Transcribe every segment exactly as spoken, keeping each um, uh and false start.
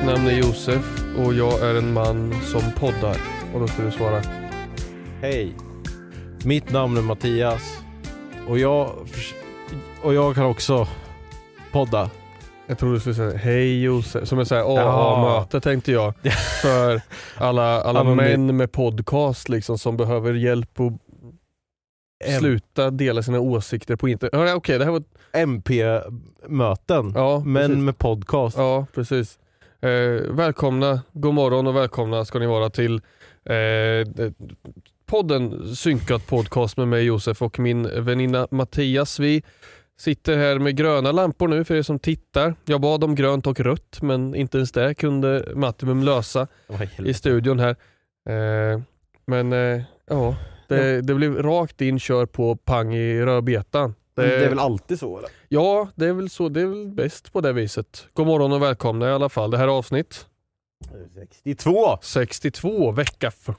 Mitt namn är Josef och jag är en man som poddar. Och då ska du svara. Hej. Mitt namn är Mattias. Och jag och jag kan också podda. Jag tror du skulle säga hej Josef. Som är såhär A A-möte tänkte jag. För alla, alla ja, män det... med podcast liksom, som behöver hjälp och M- sluta dela sina åsikter på internet. Okej, okay, det här var M P-möten. Ja, men precis. Med podcast. Ja, precis. Eh, välkomna, god morgon och välkomna ska ni vara till eh, podden Synkat podcast med mig Josef och min väninna Mattias. Vi sitter här med gröna lampor nu för er som tittar. Jag bad om grönt och rött, men inte ens det kunde Mattimum lösa i studion här. Eh, men eh, ja, det, det blev rakt in kör på pang i rödbetan. Det, det är väl alltid så eller? Ja, det är väl så. Det är väl bäst på det viset. God morgon och välkomna i alla fall. Det här är avsnitt sextiotvå. sextiotvå vecka för...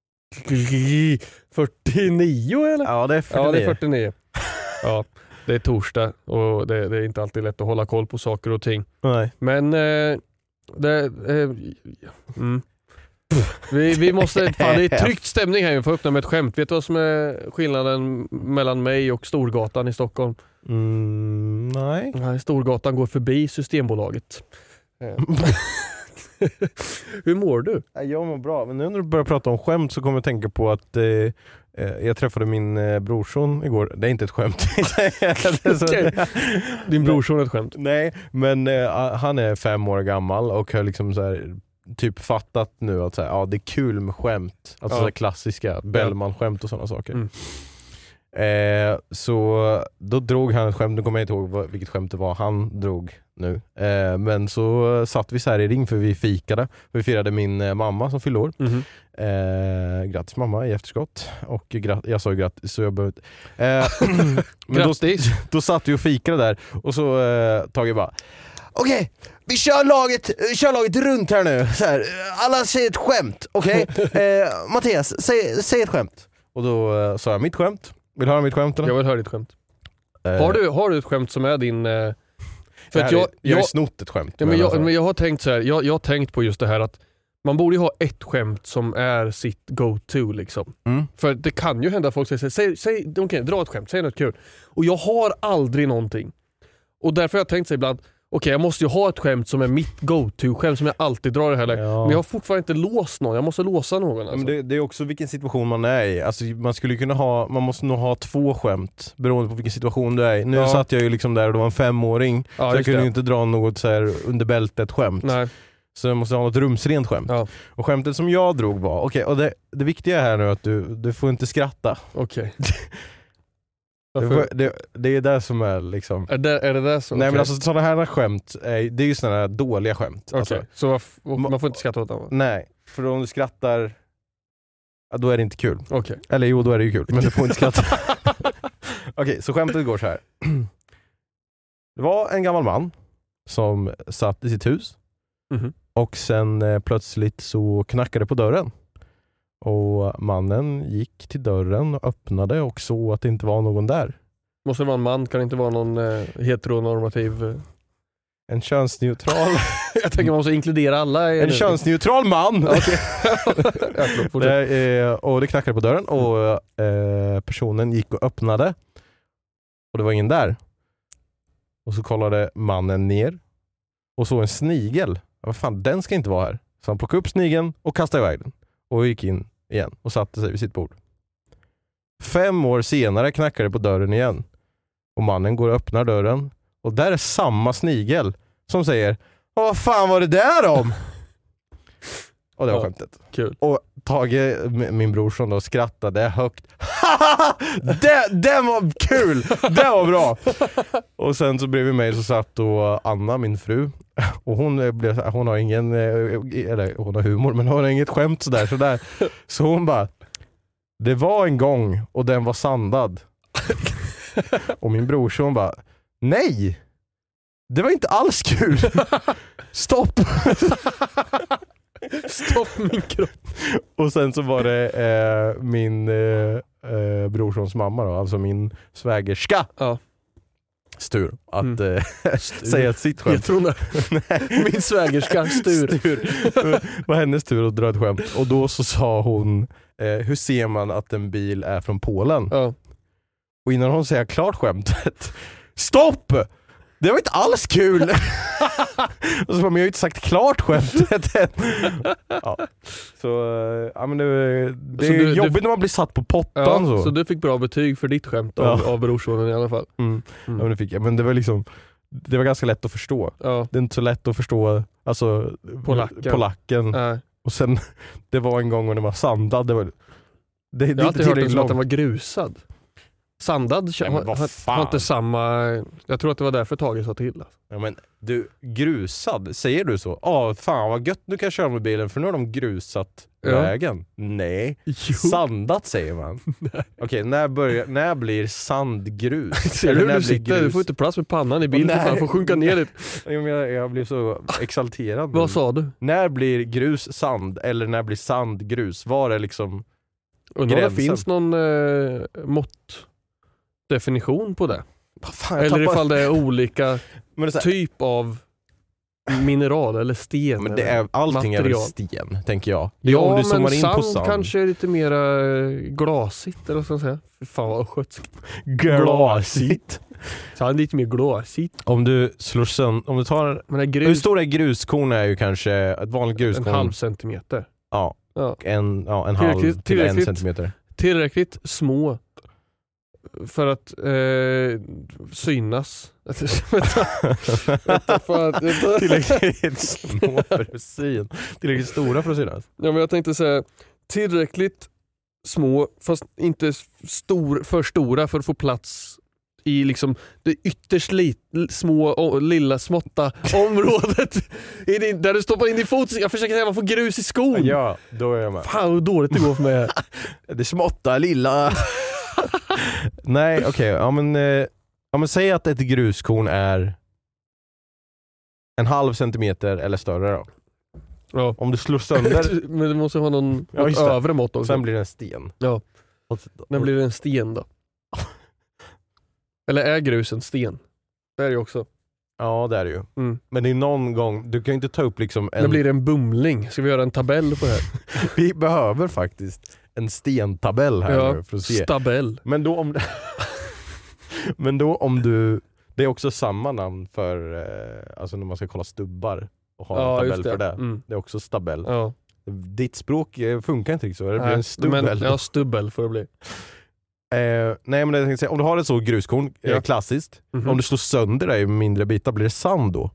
fyrtionio eller? Ja, det är fyrtionio. Ja, det är fyrtionio. Ja, det är torsdag och det, det är inte alltid lätt att hålla koll på saker och ting. Nej. Men eh, det eh, mm. vi, vi måste fan, det är tryckt stämning här. Vi får öppna med ett skämt. Vet du vad som är skillnaden mellan mig och Storgatan i Stockholm? Mm, nej. nej. Storgatan går förbi Systembolaget. Hur mår du? Jag mår bra, men nu när du börjar prata om skämt så kommer jag tänka på att eh, jag träffade min eh, brorson igår. Det är inte ett skämt. Okay. Din brorson är ett skämt? Nej, men eh, han är fem år gammal och har liksom så här, typ fattat nu att så här, ja, det är kul med skämt. Alltså ja. Så här klassiska Bellman-skämt och sådana saker. Mm. Eh, så då drog han ett skämt. Nu kommer jag inte ihåg vad, vilket skämt det var han drog nu. Eh, men så satt vi så här i ring för vi fikade. Vi firade min eh, mamma som fyllde år. Mm-hmm. Eh, grattis mamma i efterskott. Och gra- jag sa grattis så jag behövde... Eh, men då, då satt vi och fikade där. Och så eh, Tage bara... Okej, okay, vi kör laget, kör laget runt här nu. Så här, alla säger ett skämt. Okej, okay? eh, Mattias, säg, säg ett skämt. Och då eh, sa jag mitt skämt. Vill du höra mitt skämt? Eller? Jag vill höra ditt skämt. Uh, har, du, har du ett skämt som är din... Uh, för jag, att jag, jag har snott ett skämt. Ja, men, jag, men jag har tänkt så här, jag, jag har tänkt på just det här att man borde ju ha ett skämt som är sitt go-to liksom. Mm. För det kan ju hända att folk säger säg, säg, okay, dra ett skämt, säg något kul. Och jag har aldrig någonting. Och därför har jag tänkt sig ibland, okej okay, jag måste ju ha ett skämt som är mitt go-to-skämt som jag alltid drar det här. Ja. Men jag har fortfarande inte låst någon. Jag måste låsa någon. Alltså. Men det, det är också vilken situation man är i. Alltså, man skulle kunna ha, man måste nog ha två skämt beroende på vilken situation du är i. Nu ja. satt jag ju liksom där och det var en femåring. Ja, så jag kunde ju inte dra något så här under bältet skämt. Nej. Så jag måste ha något rumsrent skämt. Ja. Och skämtet som jag drog var, okej, okay, och det, det viktiga här nu är att du, du får inte skratta. Okej. Okay. Det, det, det är det som är liksom... Är det, är det där som... Nej okay. Men alltså sådana här skämt är, det är ju sådana här dåliga skämt. Okej, okay. Alltså, så man, man får inte skratta åt dem? Nej, för om du skrattar, ja, då är det inte kul. Okay. Eller jo, då är det ju kul, men du får inte skratta. Okej, okay, så skämtet går så här. Det var en gammal man som satt i sitt hus. Mm-hmm. Och sen eh, plötsligt så knackade på dörren. Och mannen gick till dörren och öppnade och såg att det inte var någon där. Måste det vara en man? Kan det inte vara någon eh, heteronormativ... Eh... En könsneutral... Jag tänker man måste inkludera alla. En könsneutral man! Okay. det, eh, och det knackade på dörren och eh, personen gick och öppnade. Och det var ingen där. Och så kollade mannen ner och såg en snigel. Vad fan, den ska inte vara här. Så han plockade upp snigeln och kastade iväg den. Och gick in igen och satte sig vid sitt bord. Fem år senare knackade det på dörren igen. Och mannen går och öppnar dörren. Och där är samma snigel som säger: vad fan var det där om? Och det var ja, skämtet. Kul. Och Tage, min brorson då, skrattade högt. det, det var kul! Det var bra! Och sen så bredvid mig så satt då Anna, min fru. Och hon, blev, hon har ingen, eller hon har humor, men hon har inget skämt sådär, sådär. Så hon bara: det var en gång och den var sandad. Och min brorson bara: nej! Det var inte alls kul! Stopp! Stopp min kropp. Och sen så var det eh, min eh, eh, brorsons mamma då, alltså min svägerska. Ja. Stur att Mm. eh, säga ett sitt skämt. Jag tror det. Min svägerska Stur. Stur. Det var hennes tur att dra ett skämt. Och då så sa hon, eh, hur ser man att en bil är från Polen? Ja. Och innan hon säger klart skämtet, stopp! Det var inte alls kul! Och så bara, men jag har ju inte sagt klart skämtet än. Ja. Så, eh, ja, men det, det Så är du- jobbigt du- när man blir satt på pottan. Ja, så. så du fick bra betyg för ditt skämt av, Ja. av brorsonen i alla fall. Mm. Mm. Ja, men det fick jag. Men det var liksom, det var ganska lätt att förstå. Ja. Det är inte så lätt att förstå alltså, Polacken. polacken. Nej. Och sen, det var en gång när den var sandad. Det var, det, det Jag är har inte alltid hört det tillräckligt som att den långt. var grusad. Sandad Nej, men har, vad har, fan. har inte samma... Jag tror att det var därför Tage sa till. Alltså. Ja, men du, grusad, säger du så? Ja, fan vad gött, nu kan jag köra med bilen för nu har de grusat Ja. vägen. Nej, Jo. sandat säger man. Okej, när, börjar, när blir sand grus? Ser Eller du när hur du blir sitter? Du grus? får inte plats med pannan i bilen. Nej. För fan, får sjunka ner lite. Jag, menar, jag blir så exalterad. nu. Vad sa du? När blir grus sand? Eller när blir sand grus? Var är liksom... Undrar om det Gränsen. finns någon eh, måttdefinition på det? Vad fan, jag Eller tappar- ifall det är olika Men det är så här, typ av mineral eller sten. men det eller är, allting är väl material. sten, tänker jag. Det är Ja, om du men zoomar in sand, på sand. kanske är lite mer glasigt eller vad ska man säga. Fy fan vad östgötskt. Glasigt. Sand är lite mer glasigt. Om du slår sönder, om du tar... Men det är Hur grus, stora är gruskorn är ju kanske ett vanligt en gruskorn. halv centimeter. Ja, Ja. en, ja, en Tillräckligt- halv till en tillräckligt. centimeter. Tillräckligt små för att eh, synas. vänta, vänta, fan, vänta. Tillräckligt små för att syn. Tillräckligt stora för att synas. Ja, men jag tänkte säga tillräckligt små fast inte stor, för stora för att få plats i liksom det ytterst lit, små och lilla småtta området i din, där du stoppar in din fot. Jag försöker säga man får grus i skon. Ja, då är jag med. Fan hur dåligt det går för mig här. Det småtta lilla. Nej, okej. Ja, men, eh, ja, men säg att ett gruskorn är en halv centimeter eller större då. Ja. Om du slår sönder, Men det måste ha någon, Ja, något just det. övre mått också. sen blir det en sten. Ja. Och, När blir det en sten då? Eller är grus en sten? Det är det ju också. ja, det är det ju. Mm. Men det är någon gång, du kan ju inte ta upp liksom en... När blir det en bumling? Ska vi göra en tabell på det här? Vi behöver faktiskt en stentabell här Ja, nu för att se. stabell. Men då om Men då om du, det är också samma namn för eh, alltså när man ska kolla stubbar och ha Ja, en just tabell det. för det. Mm. Det är också stabell. Ja. Ditt språk eh, funkar inte riktigt så. Det blir Nej, en stubbel. Men, ja, stubbel får det bli. Eh, nej men jag tänkte säga, om du har ett så gruskorn, eh, Ja. klassiskt. Mhm. Om du slår sönder det i mindre bitar, blir det sand då?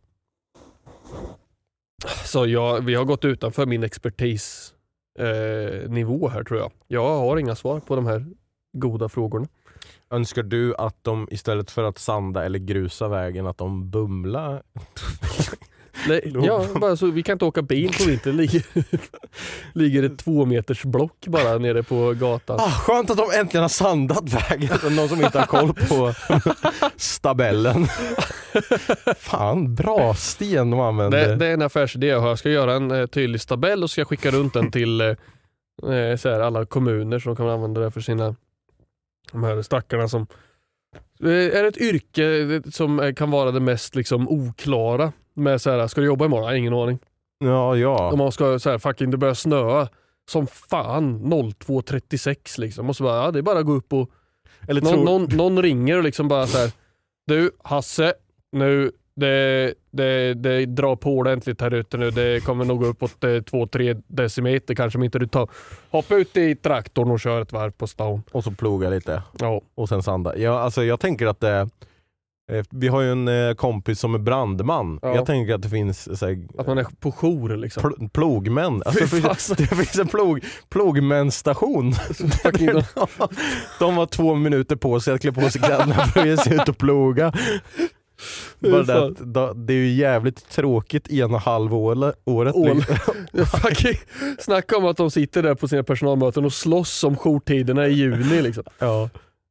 Så jag, vi har gått utanför min expertis eh, nivå här tror jag. Jag har inga svar på de här goda frågorna. Önskar du att de istället för att sanda eller grusa vägen, att de bumlar? Nej, ja, bara så, vi kan inte åka bil på vintern. Ligger, ligger ett två meters block bara nere på gatan. Ah, skönt att de äntligen har sandat vägen. Någon som inte har koll på stabellen. Fan, bra sten de använder. Det, det är en affärsidé jag har. Jag ska göra en eh, tydlig stabell och ska skicka runt den till eh, eh, så här, alla kommuner som kan använda det för sina de här stackarna som eh, är ett yrke som eh, kan vara det mest liksom oklara med så här, ska du jobba imorgon? Jag har ingen aning. Ja, ja. Om man ska så här, fucking det börjar snöa som fan noll två trettiosex liksom. Och så bara, ja, det är bara att gå upp och Eller någon, tror... någon, någon ringer och liksom bara så här, du Hasse, nu det, det, det drar på ordentligt här ute nu. Det kommer nog gå uppåt två tre decimeter kanske om inte du tar hoppa ut i traktorn och kör ett varv på stan. Och så ploga lite. Ja. Och sen sanda. Ja, alltså jag tänker att det... eh, Vi har ju en eh, kompis som är brandman. Ja. Jag tänker att det finns så här, Att man är på jour liksom. pl- plogmän. Alltså, det, Fy finns, fan. det finns en plog, plogmänstation. Fucking de- De har två minuter på sig att klä på sig kläderna för att ge sig ut och ploga. Bara det, att, då, det är ju jävligt tråkigt ena halvåret. Året, Ål. liksom. Fucking, snacka om att de sitter där på sina personalmöten och slåss om jourtiderna i juni liksom. Ja.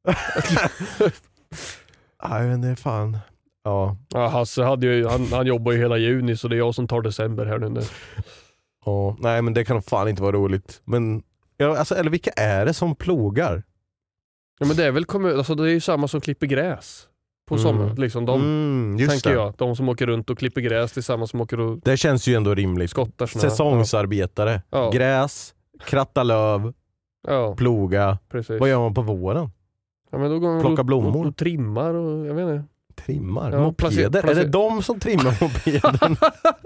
Nej men det är fan. Ja. Ja, Hasse hade ju, han, han jobbar ju hela juni så det är jag som tar december här nu. nu. Ja. Nej men det kan fan inte vara roligt. Men, ja, alltså, eller vilka är det som plogar? Ja men det är väl kommun, alltså det är ju samma som klipper gräs. på Mm. sommaren. Liksom de, Mm, just tänker det. jag. De som åker runt och klipper gräs tillsammans, som åker och Det känns ju ändå rimligt. skottar snö. Säsongsarbetare. Ja. Gräs, kratta löv, Ja, ploga. precis. Vad gör man på våren? Ja, men då går man Plocka och, blommor. och, och trimmar och jag vet inte. Trimmar? Ja, mopeder? placer- placer- Är det de som trimmar mopeden?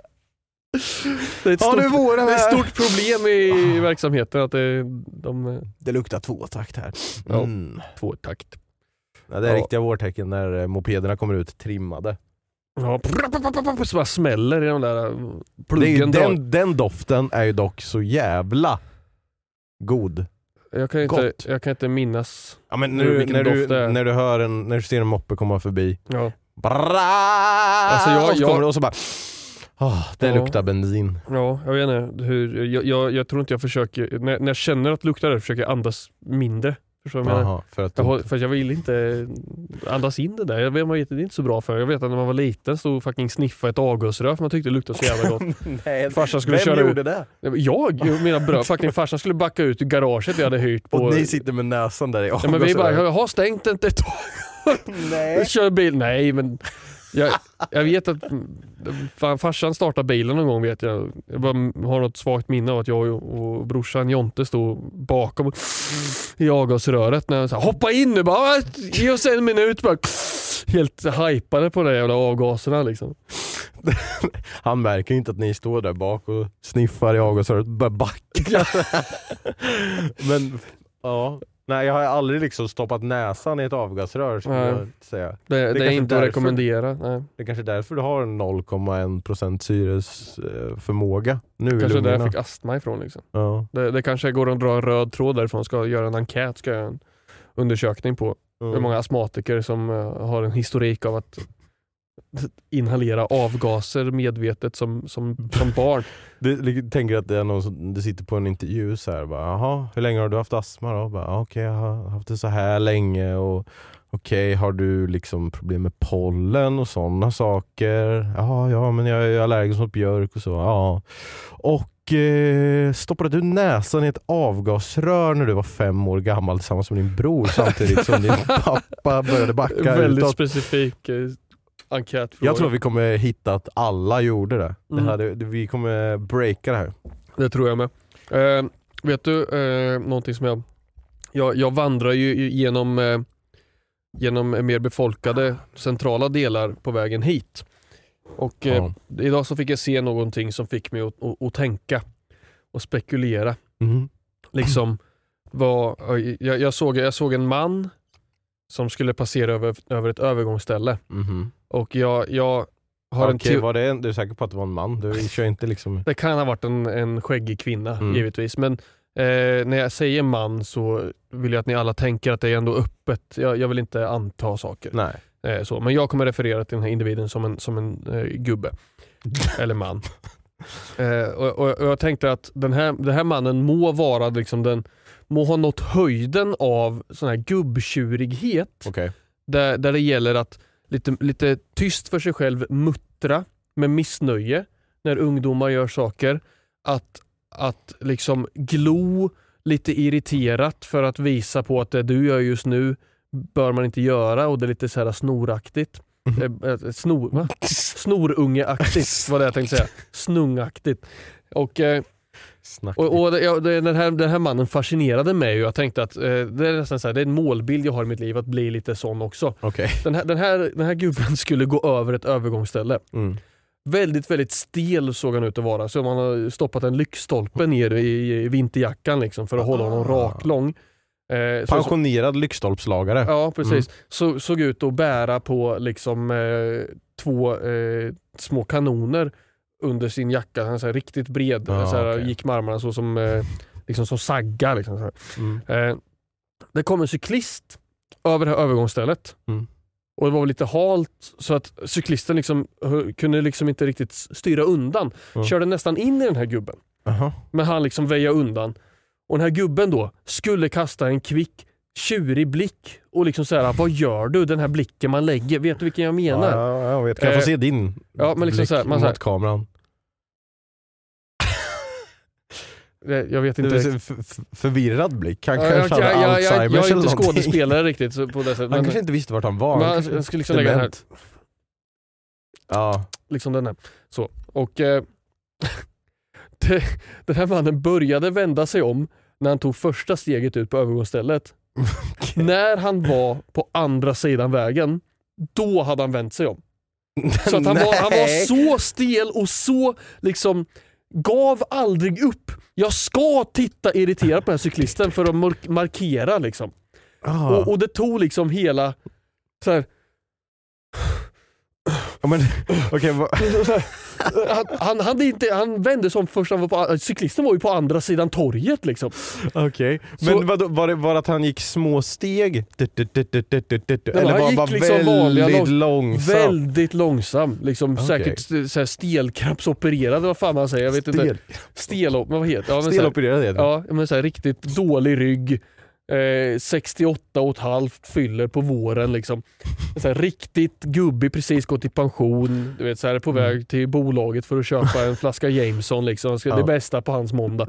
Det är ett Ja, stort, nu är våren det är här. ett stort problem i, i verksamheten att det, de Det luktar tvåtakt här. Ja. Mm. två takt. Ja, det är Ja. riktiga vårtecken när eh, mopederna kommer ut trimmade. Ja, så bara smäller i de där Det är ju, pluggen. drar. den, den doften är ju dock så jävla god. Jag kan inte, gott. jag kan inte minnas. Ja, men när, Nu, du, vilken när, doft det du, är. när du hör en, när du ser en moppe komma förbi. Ja. Bra! Alltså, jag- och så jag- kommer det och så bara... Oh, det Ja. luktar bensin. Ja, jag vet inte hur, jag, jag, jag tror inte jag försöker, när, när jag känner att det luktar det försöker jag andas mindre. Förstår du vad jag menar? Aha, för att Jag, du, har- för jag vill inte andas in det där. Jag vet, man vet, det är inte så bra för. Jag vet att när man var liten så fucking sniffa ett avgasrör för man tyckte det luktade så jävla gott. Nej, Farsan skulle vem köra gjorde ut. det? Jag och mina bröder, fucking farsan skulle backa ut ur garaget jag hade hyrt på. Och ni sitter med näsan där i ja, men vi bara, avgasröret. jag har stängt inte ett tag. Nej. Jag kör bil. Nej, men jag, jag vet att fan, farsan startade bilen någon gång vet jag. Jag bara har något svagt minne av att jag och, och brorsan Jonte stod bakom i avgasröret när jag sa hoppa in nu bara, ge oss en minut bara. Helt hypade på de jävla avgaserna liksom. Han märker ju inte att ni står där bak och sniffar i avgasröret och börjar backa. Men ja, nej, jag har aldrig liksom stoppat näsan i ett avgasrör skulle Nej. jag säga. Det, det, är kanske inte därför- att rekommendera. Nej. Det är kanske därför du har noll komma en procent syresförmåga nu i Kanske där lungorna. jag fick astma ifrån liksom. Ja. Det, det kanske går att dra en röd tråd därifrån. Ska göra en enkät, ska göra en undersökning på Mm. hur många astmatiker som uh, har en historik av att inhalera avgaser medvetet som, som, som barn. Du tänker att det är någon som det sitter på en intervju så här, bara, jaha, hur länge har du haft astma då? Bara, "Ja, okej, jag har haft det så här länge och okej, har du liksom problem med pollen och sådana saker? Ja, ja, men jag är allergisk mot björk och så. Ja. Och eh, stoppade du näsan i ett avgasrör när du var fem år gammal tillsammans med din bror samtidigt som din pappa började backa Väldigt utåt? specifik eh, enkätfråga. Jag tror vi kommer hitta att alla gjorde det. Mm. det, här, det vi kommer breaka det här. Det tror jag med. Eh, vet du, eh, någonting som jag, jag... Jag vandrar ju genom, eh, genom mer befolkade centrala delar på vägen hit. Och eh, Ja. idag så fick jag se någonting som fick mig att, att, att tänka och spekulera. Mhm. Liksom, vad, jag, jag, såg, jag såg en man som skulle passera över, över ett övergångsställe. Mhm. Och jag, jag har en Okej, teo- var det en, du är säker på att det var en man? Du kör inte liksom... Det kan ha varit en, en skäggig kvinna, Mm. givetvis. Men eh, när jag säger man så vill jag att ni alla tänker att det är ändå öppet. Jag, jag vill inte anta saker. Nej. Eh, så. Men jag kommer referera till den här individen som en, som en eh, gubbe. Eller man. Eh, och, och, och jag tänkte att den här, den här mannen må vara liksom den, må ha nått höjden av sån här gubbtjurighet. Okej. Där, där det gäller att lite, lite tyst för sig själv muttra med missnöje när ungdomar gör saker. Att, att liksom glo lite irriterat för att visa på att det du gör just nu bör man inte göra, och det är lite så här snoraktigt. Eh, eh, Snor, va? Snorungeaktigt var det jag tänkte säga. Snungaktigt. Och, eh, Snack. och, och det, ja, det, den, här, den här mannen fascinerade mig och jag tänkte att eh, det är nästan så här, det är en målbild jag har i mitt liv att bli lite sån också. Okej. Den här, den, här, den här gubben skulle gå över ett övergångsställe. Mm. Väldigt, väldigt stel såg han ut att vara. Så man har stoppat en lyktstolpe ner i, i vinterjackan liksom, för att hålla honom raklång. Eh, så, Pensionerad lyktstolpslagare. ja, precis. Så, såg ut att bära på liksom eh, två eh, små kanoner under sin jacka. Han är så här riktigt bred. Ja, så här, okej. gick med armarna så som, eh, liksom som saggar. Liksom, så här. Mm. Eh, det kom en cyklist över det här övergångsstället. Mm. Och det var lite halt så att cyklisten liksom, hö- kunde liksom inte riktigt styra undan. Mm. Körde nästan in i den här gubben. Aha. Men han liksom väjade undan. Och den här gubben då skulle kasta en kvick, tjurig blick. Och liksom säga, vad gör du? Den här blicken man lägger. Vet du vilken jag menar? Ja, ja, jag vet. Kan jag få Eh, se din ja, men liksom blick så här, man så här- mot kameran? jag vet inte. F- f- förvirrad blick. Han ja, kanske jag, hade jag, Alzheimer's jag, jag är eller inte någonting. skådespelare riktigt så på det sättet. Han Men, kanske inte visste vart han var. men Han han, han skulle liksom lägga den här, ja. liksom den här. Så. Och eh, det, den här mannen började vända sig om när han tog första steget ut på övergångsstället. Okay. När han var på andra sidan vägen, då hade han vänt sig om. Så att han, var, han var så stel och så liksom gav aldrig upp. Jag ska titta irriterat på den här cyklisten för att mark- markera liksom. Ah. Och, och det tog liksom hela så här. Ja, men, okay, va- han, han, hade inte, han vände som först han var på, cyklisten var ju på andra sidan torget liksom. Okej, okay. Men vadå, var det var att han gick små steg? Du, du, du, du, du, du, du. Nej, eller han var gick bara liksom väldigt vanliga, långsam? Väldigt långsam. Liksom Okay. säkert så här stelkrampsopererad, vad fan man säger. Jag vet Stel. inte. Stel, men vad heter ja, Stelopererad heter det. Ja, men så här, riktigt dålig rygg. Eh, sextioåtta och ett halvt fyller på våren liksom. Så här, riktigt gubbig, precis gått i pension, du vet, så här, på Mm. väg till bolaget för att köpa en flaska Jameson liksom. Ska, Ja. Det bästa på hans måndag.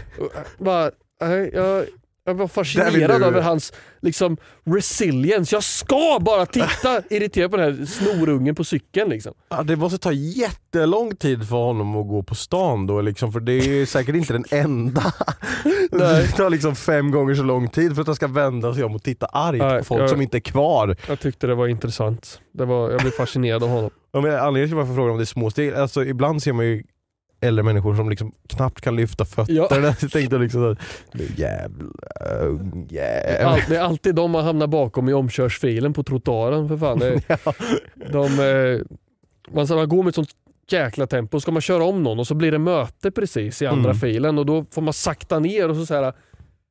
Bara, eh, jag, jag var Där fascinerad vill du- över hans liksom resilience. Jag ska bara titta irriterad på den här snorungen på cykeln liksom. Ja, det måste ta jättelång tid för honom att gå på stan då liksom, för det är ju säkert inte den enda. Nej. Det tar liksom fem gånger så lång tid för att han ska vända sig om och titta argt Nej, på folk jag- som inte är kvar. Jag tyckte det var intressant. Det var, jag blev fascinerad av honom. Ja, men anledningen till varför jag frågar om det är små steg, alltså ibland ser man ju äldre människor som liksom knappt kan lyfta fötterna. Ja. Jag tänkte liksom så, jävla ung jävla. All, det är alltid de man hamnar bakom i omkörsfilen på trottoaren för fan. Det, Ja. de, eh, man, man går med ett sånt jäkla tempo, ska man köra om någon och så blir det möte precis i andra Mm. filen och då får man sakta ner och så säga okej,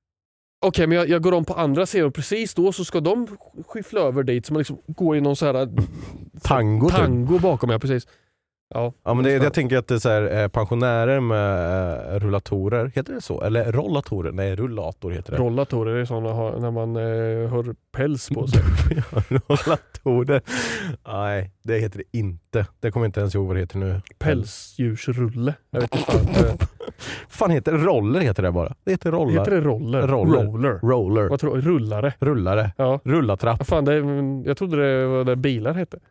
okay, men jag, jag går om på andra sidan och precis då så ska de skyffla över dit så man liksom går i någon så här Tango, typ. tango bakom, ja precis. Ja, Ja, men det, jag tänker att det är så här, eh, pensionärer med eh, rullatorer, heter det så? Eller rollatorer? Nej, rullator heter det. rollatorer är sådana har- när man eh, har päls på sig. Ja, rollatorer. Nej, det heter det inte. Det kommer inte ens ihåg vad det heter nu. Pälsdjursrulle. Jag vet inte fan. Eh, Fan heter det? Roller heter det bara. Det heter rollar. heter det roller? Roller. Roller. Roller. Vad tror du? Rullare. Rullare. Ja. Rullatrapp. Vad fan, det, är- jag trodde det var där bilar hette.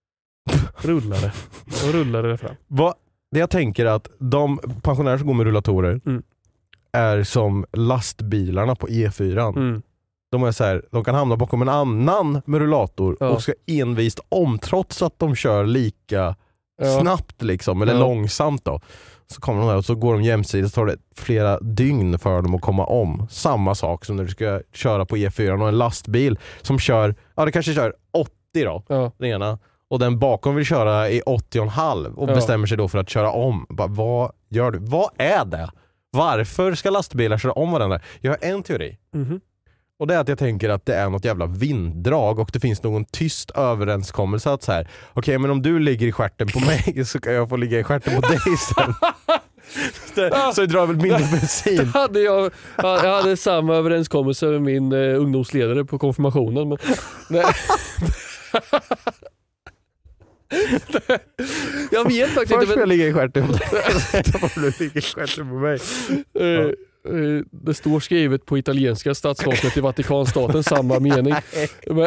Rullare. Och rullare det fram. Vad, det jag tänker att de pensionärer som går med rullatorer Mm. är som lastbilarna på E fyra. Mm. De är så här, de kan hamna bakom en annan med rullator Ja. och ska envist om trots att de kör lika Ja. snabbt liksom, eller Ja. långsamt då. Så kommer de där och så går de jämsides, tar det flera dygn för dem att komma om. Samma sak som när du ska köra på E fyra och en lastbil som kör, ja det kanske kör åttio då, Ja. den ena. Och den bakom vill köra i åttio och en halv och Ja. bestämmer sig då för att köra om. Bara, vad gör du? Vad är det? Varför ska lastbilar köra om varandra? Jag har en teori. Mhm. Och det är att jag tänker att det är något jävla vinddrag och det finns någon tyst överenskommelse att så här, okej, men om du ligger i stjärten på mig så kan jag få ligga i stjärten på dig sen. så det drar väl mindre bensin. hade jag, jag hade samma överenskommelse med min eh, ungdomsledare på konfirmationen. Men, nej. Jag vet faktiskt Först inte. får jag Men, ligga i stjärten på dig, sen får du ligga i stjärten på mig. eh, eh, det står skrivet på italienska statsvapnet i Vatikanstaten samma mening. Men,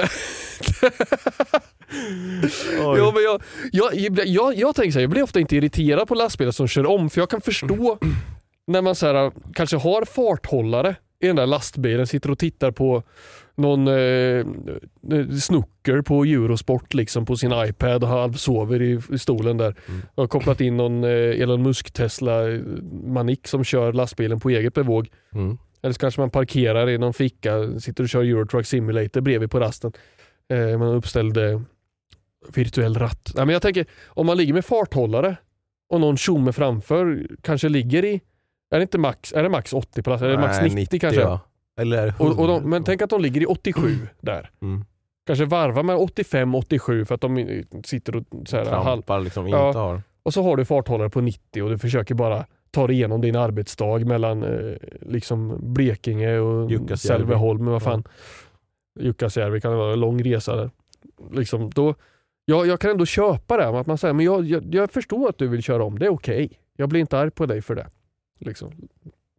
Oj. ja, men jag, jag, jag, jag tänker så här, jag blir ofta inte irriterad på lastbilar som kör om, för jag kan förstå när man så här, kanske har farthållare i den där lastbilen, sitter och tittar på någon eh, snooker på Eurosport liksom på sin iPad och halvsover i, i stolen där. Mm. Jag har kopplat in någon eh, Elon Musk Tesla manik som kör lastbilen på eget bevåg. Mm. Eller så kanske man parkerar i någon ficka, sitter och kör Eurotruck Simulator bredvid på rasten. Eh, man uppställde virtuell ratt. Nej, men jag tänker, om man ligger med farthållare och någon tjomme framför kanske ligger i, är det inte max, är det max åttio plats? Är det max Nej, nittio kanske? Ja. Eller Och, och de, men tänk att de ligger i åttiosju där. Mm. Kanske varva med åttiofem åttiosju för att de sitter och så här, halv, Trampar liksom Ja. inte har. och så har du farthållare på nittio och du försöker bara ta dig igenom din arbetsdag mellan eh, liksom Blekinge och Jukkasjärvi. Säveholt, men vad fan. Jukkasjärvi kan det vara en lång resa där. Liksom, då, jag, jag kan ändå köpa det, att man säger, men jag, jag, jag förstår att du vill köra om, det är okej. Jag blir inte arg på dig för det. Liksom.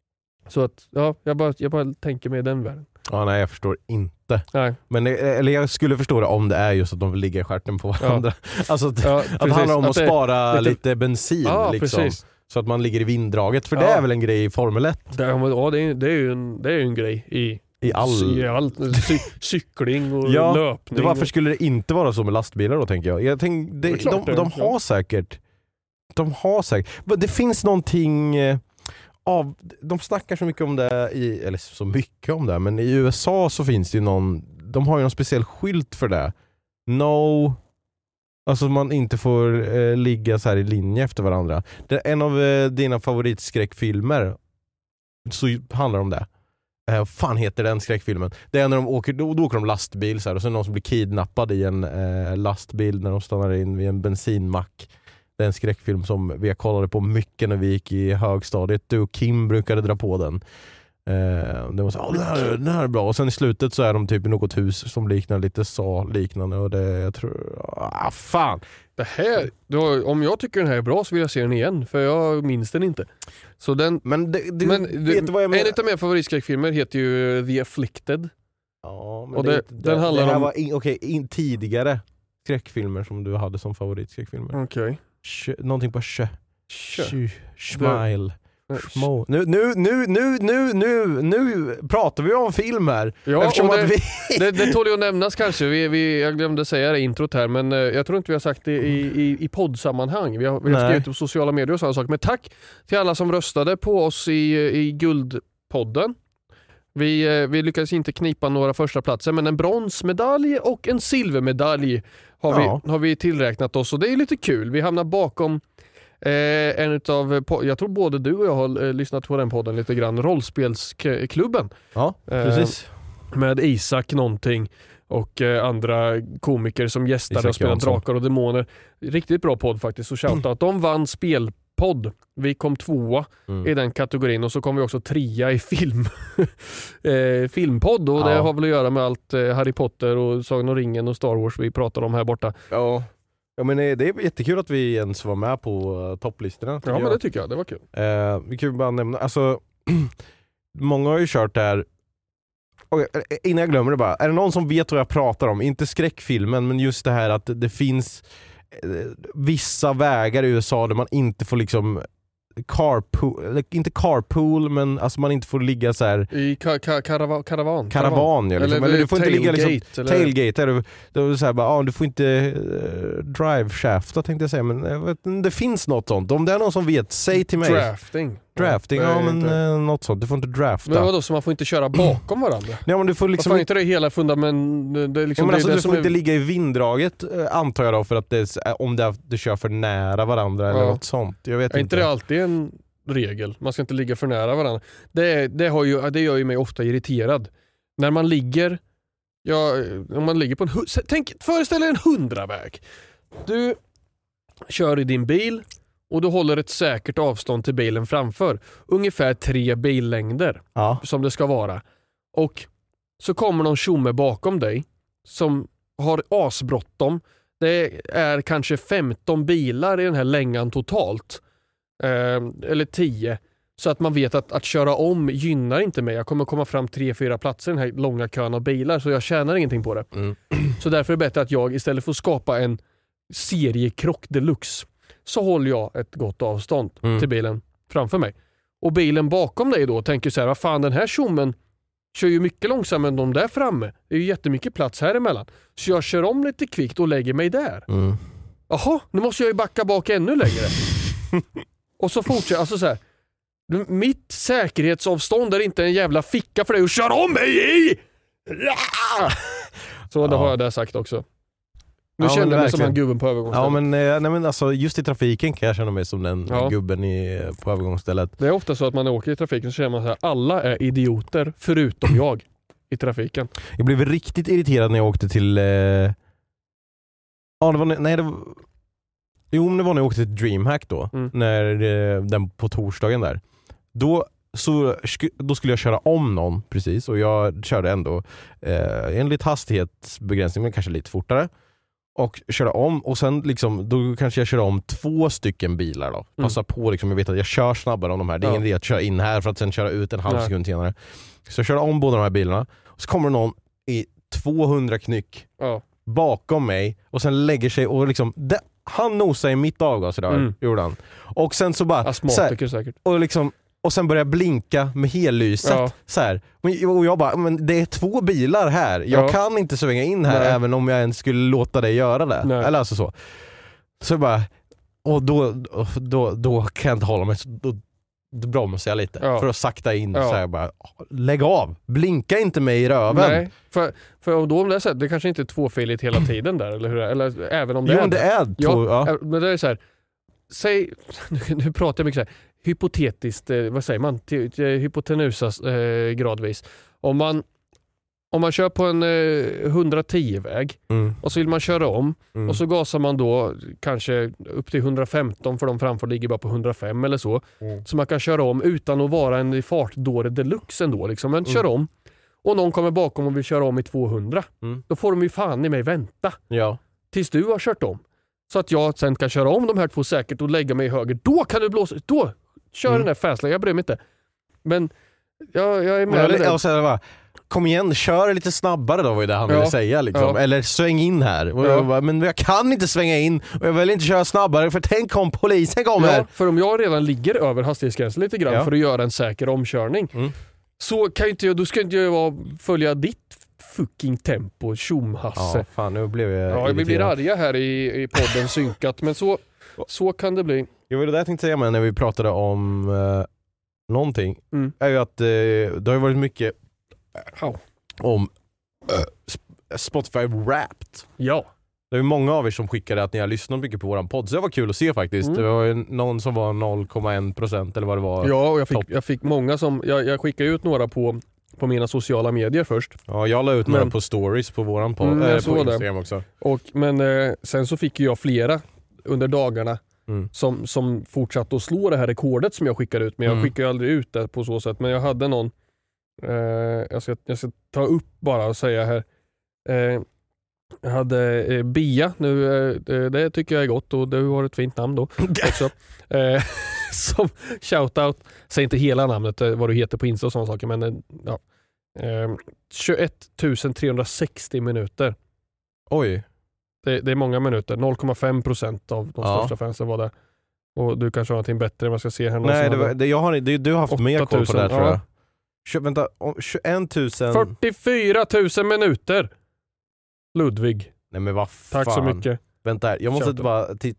Så att, ja, jag bara, jag bara tänker mig den världen. Ja, nej, jag förstår inte. Nej. Men, eller jag skulle förstå det om det är just att de vill ligga i stjärten på varandra. Ja. Alltså att, ja, att det handlar om att, att spara lite, lite bensin. Ja, liksom. Precis. Så att man ligger i vinddraget. För ja. det är väl en grej i Formel ett? Det, ja, det är, det är ju en, det är en grej i, I all... i all cy, cykling och ja, löpning. Varför och... skulle det inte vara så med lastbilar då, tänker jag? jag tänk, det, det de, de, de har ja. säkert... De har säkert... Det finns någonting... Av, de snackar så mycket om det i, eller så mycket om det, men i U S A så finns det ju någon, de har ju någon speciell skylt för det. No, alltså man inte får eh, ligga så här i linje efter varandra. Det är en av eh, dina favoritskräckfilmer, så handlar om det. Eh, fan heter den skräckfilmen? Det är när de åker, då, då åker de lastbil så här, och så är det någon som blir kidnappad i en eh, lastbil när de stannar in vid en bensinmack. Det är en skräckfilm som vi kollade på mycket när vi gick i högstadiet. Du och Kim brukade dra på den. Eh, det var så, den, här, den här är bra. Och sen i slutet så är de typ i något hus som liknar lite så liknande. Och det, jag tror... Ah, fan! Det här, då, om jag tycker den här är bra så vill jag se den igen. För jag minns den inte. Så den, men det, du, men, vet du vad jag menar? En av mina favoritskräckfilmer heter ju The Afflicted. Ja, men och det, det, det, den handlar det här om... var in, okay, in, tidigare skräckfilmer som du hade som favoritskräckfilmer. Okej. Okay. Sh- någonting på sjö. Sjö. Smile. Schmo. Nu, nu, nu, nu, nu, nu, nu pratar vi om film här. Ja, Eftersom det, att vi... det, det tål ju att nämnas kanske. Vi, vi, jag glömde säga det i introt här, men uh, jag tror inte vi har sagt det i, i, i poddsammanhang. Vi har, vi har skrivit på sociala medier och sådana saker. Men tack till alla som röstade på oss i, i Guldpodden. Vi, uh, vi lyckades inte knipa några första platser, men en bronsmedalj och en silvermedalj har, ja. vi, har vi tillräknat oss. Och det är lite kul. Vi hamnar bakom Eh, en utav, jag tror både du och jag har eh, lyssnat på den podden lite grann, Rollspelsklubben. Ja, precis. Eh, med Isak någonting och eh, andra komiker som gästade Isak och spelade Jansson. Drakar och demoner. Riktigt bra podd faktiskt, så shoutout. Mm. De vann spelpodd. Vi kom tvåa mm. i den kategorin och så kom vi också trea i film eh, filmpodd och ja. Det har väl att göra med allt eh, Harry Potter och Sagan och ringen och Star Wars vi pratar om här borta. Ja. Ja, men det är jättekul att vi ens var med på uh, topplistorna. Ja, men det tycker jag. Det var kul. Uh, vi kan ju bara nämna, alltså många har ju kört där. Okay, innan jag glömmer det bara, är det någon som vet vad jag pratar om? Inte skräckfilmen, men just det här att det finns eh, vissa vägar i U S A där man inte får liksom carpool, inte carpool, men alltså man inte får ligga så här i ka- ka- karavan karavan karavan ja, liksom. Eller, eller du får inte ligga liksom eller? Tailgate eller då är så här bara ah, du får inte uh, drive shafta tänkte jag säga, men jag vet, det finns något sånt. Om det är någon som vet, säg till mig. Drafting. Drafting, ja, ja men uh, något sånt. Du får inte drafta. Men vadå, så man får inte köra bakom varandra? Ja, men du får liksom inte... inte det hela fundament det är liksom ja, men alltså, det du får är... inte ligga i vinddraget antar jag då, för att det är, om det, det kör för nära varandra eller ja. Något sånt. Jag vet är inte. inte det alltid en regel? Man ska inte ligga för nära varandra. Det, det, har ju, det gör ju mig ofta irriterad. När man ligger ja, om man ligger på en tänk, föreställ dig en hundraväg. Du kör i din bil och du håller ett säkert avstånd till bilen framför. Ungefär tre billängder ja. Som det ska vara. Och så kommer någon tjomme bakom dig som har asbråttom. Det är kanske femton bilar i den här längan totalt. Eh, eller tio. Så att man vet att att köra om gynnar inte mig. Jag kommer komma fram tre, fyra platser i den här långa kön av bilar, så jag tjänar ingenting på det. Mm. Så därför är det bättre att jag istället för att skapa en seriekrock deluxe så håller jag ett gott avstånd mm. till bilen framför mig. Och bilen bakom dig då tänker så här, vad fan, den här tjommen kör ju mycket långsammare än de där framme. Det är ju jättemycket plats här emellan. Så jag kör om lite kvickt och lägger mig där. Mm. Jaha, nu måste jag ju backa bak ännu längre. Och så fortsätter, alltså så här, mitt säkerhetsavstånd är inte en jävla ficka för dig att köra om mig i! Ja! Så ja. Det har jag där sagt också. Nu ja, känner jag mig som en gubben på övergångsstället. Ja, men, nej, men alltså, just i trafiken kan jag känna mig som den ja. Gubben i, på övergångsstället. Det är ofta så att man åker i trafiken så känner man så här, alla är idioter förutom jag i trafiken. Jag blev riktigt irriterad när jag åkte till... Eh... Ja, det var... Nej, det var... Jo, men det var när jag åkte till DreamHack då. Mm. När, eh, den på torsdagen där. Då, så, då skulle jag köra om någon precis. Och jag körde ändå eh, enligt hastighetsbegränsning, men kanske lite fortare. och köra om, och sen liksom, då kanske jag kör om två stycken bilar då. Passa mm. på liksom, jag vet att jag kör snabbare om de här. Det är ja. ingen idé att köra in här för att sen köra ut en halv Nej. sekund senare. Så jag kör om båda de här bilarna, och så kommer någon i tvåhundra knyck ja. bakom mig och sen lägger sig och liksom det, han nosar i mitt avgas idag, mm. gjorde han. Och sen så bara så här, säkert. och liksom och sen börjar blinka med hellyset ja. så här. Och jag bara, men det är två bilar här. Jag ja. kan inte svänga in här. Nej. Även om jag ens skulle låta dig göra det. Nej. Eller alltså så. Så bara, och då då då kan jag inte hålla mig, så då, då bromsar jag lite ja. för att sakta in ja. så här bara, lägg av. Blinka inte mig i röven. Nej, för för då om det är så här, det kanske inte är tvåfiligt hela tiden där, eller hur? Eller även om det jo, är det är två, ja, ja. Men det är så här, säg nu pratar jag mycket så här hypotetiskt, eh, vad säger man, till, till, hypotenusas eh, gradvis. Om man om man kör på en eh, hundratio-väg mm. och så vill man köra om mm. och så gasar man då kanske upp till hundrafemton, för de framför ligger bara på hundrafem eller så. Mm. Så man kan köra om utan att vara en fartdåre deluxe ändå. Liksom. Men mm. kör om, och någon kommer bakom och vill köra om i tvåhundra. Mm. Då får de ju fan i mig vänta. Ja. Tills du har kört om. Så att jag sen kan köra om de här två säkert och lägga mig i höger. Då kan du blåsa, då kör mm. den där fastline, jag bryr mig inte. Men jag, jag är med. Jag, jag bara, kom igen, kör lite snabbare då, var ju det han ja. ville säga liksom. Ja. Eller sväng in här. Ja. Jag bara, men jag kan inte svänga in, och jag vill inte köra snabbare, för tänk om polisen kommer. Ja, för om jag redan ligger över hastighetsgränsen lite grann ja. för att göra en säker omkörning mm. så kan inte jag, då ska inte jag följa ditt fucking tempo, tjomhasse. Ja, fan, nu blev jag Ja, vi blir arga här i, i podden synkat, men så, så kan det bli. Jag vill det där jag tänkte säga, men när vi pratade om eh, någonting mm. är ju att eh, det har ju varit mycket oh. om eh, Spotify Wrapped. Ja. Det är många av er som skickade att ni har lyssnat mycket på våran podd, så det var kul att se faktiskt. Mm. Det var ju någon som var noll komma en procent eller vad det var. Ja, och jag fick, jag fick många som, jag, jag skickade ut några på på mina sociala medier först. Ja, jag la ut några men, på stories på våran podd, mm, äh, på Instagram det. också. Och, men eh, sen så fick jag flera under dagarna mm. som, som fortsatte att slå det här rekordet som jag skickade ut. Men jag mm. skickade aldrig ut det på så sätt. Men jag hade någon, eh, jag, ska, jag ska ta upp bara och säga här. Eh, jag hade eh, Bia, nu, eh, det tycker jag är gott, och det har ett fint namn då också. Eh, som shoutout, säg inte hela namnet, vad du heter på Insta och sådana saker, men eh, ja. eh, tjugoett tusen trehundrasextio minuter. Oj. Det, det är många minuter, noll komma fem procent av de ja. största fansen var det. Och du kanske har någonting bättre än vad jag ska se här. Nej, det var, det, jag har, det, du har haft mer koll på det här, tror jag. Ja. Tju, vänta, tjugoett tusen... fyrtiofyra tusen minuter! Ludvig. Nej, men vad fan. Tack så mycket. Vänta här, jag måste inte bara titta.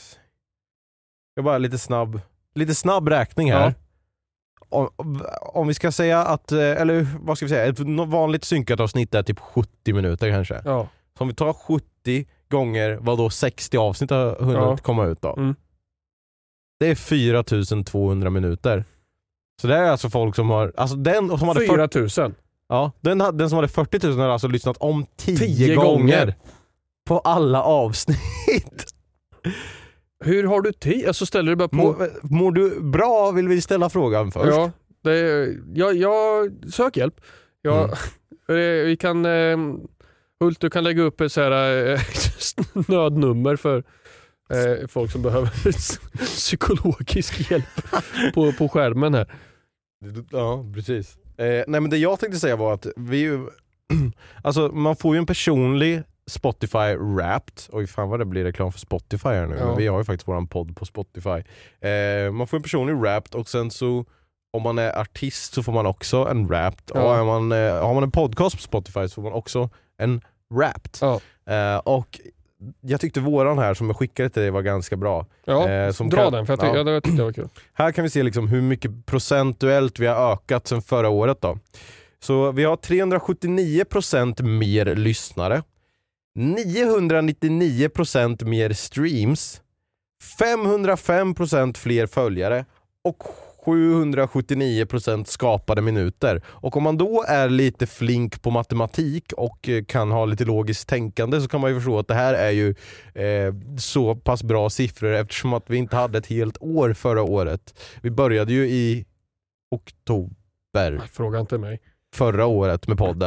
Jag bara lite snabb lite snabb räkning här. Ja. Om, om vi ska säga att, eller vad ska vi säga, ett vanligt synkat avsnitt är typ sjuttio minuter kanske. Ja. Så om vi tar sjuttio gånger vad då sextio avsnitt har hunnit ja. komma ut då. Mm. Det är fyra tusen tvåhundra minuter. Så det är alltså folk som har, alltså den som hade fyra tusen. Ja, den, den som hade fyrtio tusen har alltså lyssnat om tio gånger på alla avsnitt. Hur har du tid? Alltså ställer du bara på... Mår, mår du bra, vill vi ställa frågan först? Ja, det är, jag, jag sök hjälp. Jag, mm. Vi kan... Eh, Hult, du kan lägga upp ett så här, eh, nödnummer för eh, folk som behöver psykologisk hjälp på, på skärmen här. Ja, precis. Eh, nej, men det jag tänkte säga var att vi ju... alltså, man får ju en personlig Spotify Wrapped. Oj, fan vad det blir reklam för Spotify här nu. Ja. Men vi har ju faktiskt våran podd på Spotify. Eh, man får en personlig Wrapped, och sen så om man är artist så får man också en Wrapped. Ja. Och är man, eh, har man en podcast på Spotify så får man också en Wrapped. Ja. Eh, och jag tyckte våran här som jag skickade till dig var ganska bra. Ja, eh, som dra kan, den för jag tyckte, ja. Ja, det tyckte jag var kul. Här kan vi se liksom hur mycket procentuellt vi har ökat sedan förra året då. Så vi har trehundrasjuttionio procent mer lyssnare, niohundranittionio procent mer streams, femhundrafem procent fler följare och sjuhundrasjuttionio procent skapade minuter. Och om man då är lite flink på matematik och kan ha lite logiskt tänkande, så kan man ju förstå att det här är ju eh, så pass bra siffror, eftersom att vi inte hade ett helt år förra året. Vi började ju i oktober. Fråga inte mig. Förra året med podden.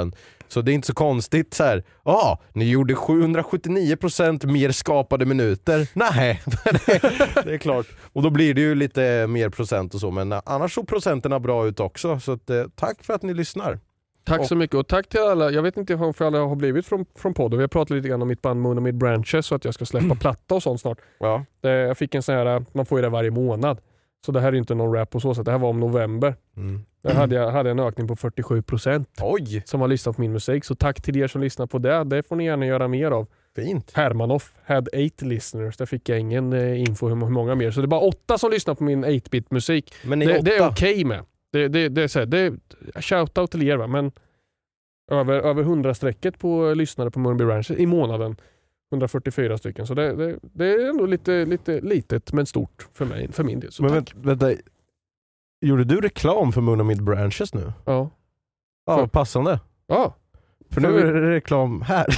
Så det är inte så konstigt så här. Ja, ah, ni gjorde sjuhundrasjuttionio procent mer skapade minuter. Nej, det är klart. Och då blir det ju lite mer procent och så. Men annars så procenterna bra ut också. Så att, eh, tack för att ni lyssnar. Tack och, så mycket och tack till alla. Jag vet inte om för alla har blivit från, från podden. Vi har pratat lite grann om mitt band Moon och Mid Branches så att jag ska släppa platta och sånt snart. Ja. Det, jag fick en sån här, man får ju det varje månad. Så det här är inte någon rap på så sätt. Det här var om november. Mm. Där hade jag hade en ökning på fyrtiosju procent. Oj! Som har lyssnat på min musik. Så tack till er som lyssnar på det. Det får ni gärna göra mer av. Fint. Hermanoff had eight listeners. Där fick jag ingen eh, info hur många mer. Så det är bara åtta som lyssnar på min eight-bit musik. Men det, åtta... det är okej okay med. Det, det, det är så här, det är shoutout till er va. Men över, över hundra strecket på lyssnare på Moonby Ranch i månaden. hundrafyrtiofyra stycken. Så det, det, det är ändå lite, lite litet men stort för mig, för min del. Så men tack. Vänta, gjorde du reklam för Moon och Mid Branches nu? Ja. Ja, för... passande. Ja. För, för nu är det reklam här.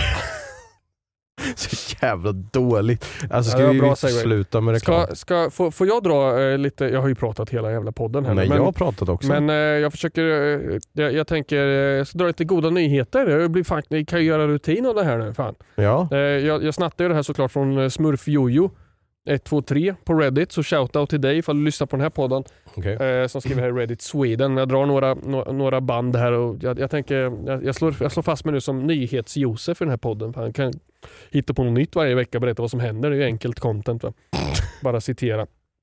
Så jävla dåligt. Alltså ska ja, vi inte sluta med reklam? Ska, ska, får, får jag dra eh, lite, jag har ju pratat hela jävla podden här. Nej, men, jag har pratat också. Men eh, jag försöker, eh, jag, jag tänker, eh, jag ska dra lite goda nyheter. Jag blir fan, jag kan ju göra rutin av det här nu. Fan. Ja. Eh, jag, jag snattade ju det här såklart från Smurf Jojo ett två tre på Reddit, så shoutout till dig ifall du lyssnar på den här podden. Okay. Eh, som skriver här i Reddit Sweden. Jag drar några, no, några band här och jag, jag tänker, jag, jag, slår, jag slår fast mig nu som nyhets-Josef i den här podden. Han kan hitta på något nytt varje vecka och berätta vad som händer. Det är ju enkelt content va? Bara citera.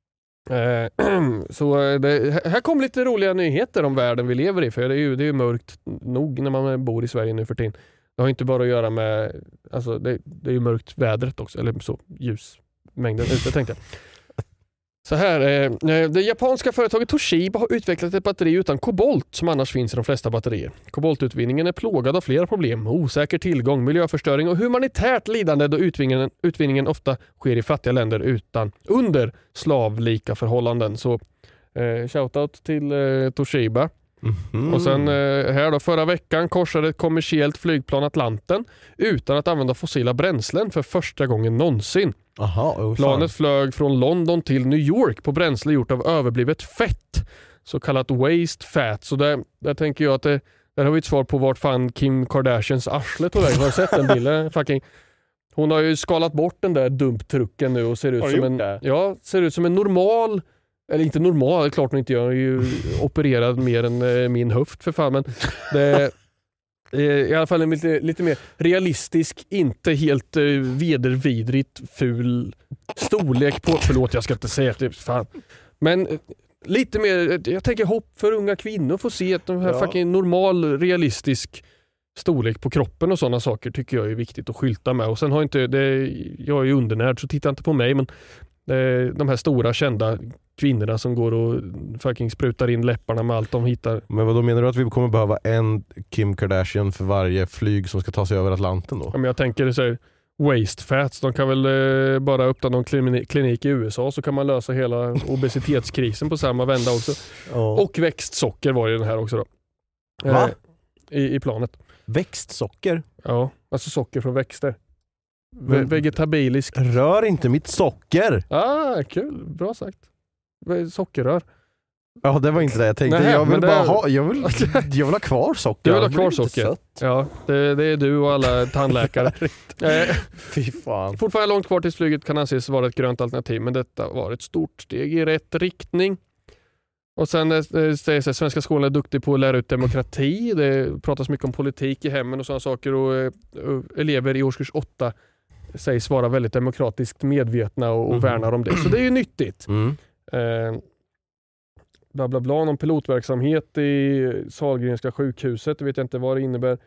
Eh, så det, här kommer lite roliga nyheter om världen vi lever i, för det är ju, det är ju mörkt nog när man bor i Sverige nu för tiden. Det har inte bara att göra med, alltså det, det är ju mörkt vädret också, eller så ljusmängden ute tänkte jag. Så här, eh, det japanska företaget Toshiba har utvecklat ett batteri utan kobolt som annars finns i de flesta batterier. Koboltutvinningen är plågad av flera problem, osäker tillgång, miljöförstöring och humanitärt lidande då utvinningen, utvinningen ofta sker i fattiga länder utan under slavlika förhållanden. Så eh, shoutout till eh, Toshiba. Mm-hmm. Och sen eh, här då, förra veckan korsade ett kommersiellt flygplan Atlanten utan att använda fossila bränslen för första gången någonsin. Aha, oh, Planet flög från London till New York på bränsle gjort av överblivet fett, så kallat waste fat. Så där, där tänker jag att det, där har vi ett svar på vart fan Kim Kardashians arsle tog väg. Har du sett den bilden? Fucking. Hon har ju skalat bort den där dumptrucken nu och ser ut som en det? ja, ser ut som en normal, eller inte normal, det är klart hon inte gör, hon är ju opererad mer än eh, min höft för fan, men det i alla fall en lite, lite mer realistisk, inte helt uh, vedervidrigt ful storlek på, förlåt jag ska inte säga det, fan. Men uh, lite mer, jag tänker hopp för unga kvinnor får se att de här ja. fucking normal, realistisk storlek på kroppen och sådana saker tycker jag är viktigt att skylta med. Och sen har inte, det, jag är ju undernärd så titta inte på mig, men det, de här stora kända kvinnorna som går och fucking sprutar in läpparna med allt de hittar. Men vad då menar du att vi kommer behöva en Kim Kardashian för varje flyg som ska ta sig över Atlanten då? Ja, men jag tänker så här, waste fats, de kan väl eh, bara öppna någon klinik, klinik i U S A så kan man lösa hela obesitetskrisen på samma vända också. Oh. Och växtsocker var ju den här också då. Va? Eh, i, I planet. Växtsocker? Ja, alltså socker från växter. Ve- vegetabilisk. Rör inte mitt socker! Ah, kul. Bra sagt. Sockerrör. Ja, det var inte det jag tänkte. Nej, jag vill bara det... ha, jag vill, jag vill ha kvar socker. Du vill ha kvar socker? Ja, det, det är du och alla tandläkare. eh, Fy fan. Fortfarande långt kvar tills flyget kan anses vara ett grönt alternativ, men detta var ett stort steg i rätt riktning. Och sen eh, säger sig svenska skolan är duktig på att lära ut demokrati. Det pratas mycket om politik i hemmen och sådana saker, och eh, elever i årskurs åtta sägs vara väldigt demokratiskt medvetna och, och mm. värnar om det. Så det är ju nyttigt. Mm. Eh, bla bla bla, någon pilotverksamhet i Sahlgrenska sjukhuset, det vet jag inte vad det innebär.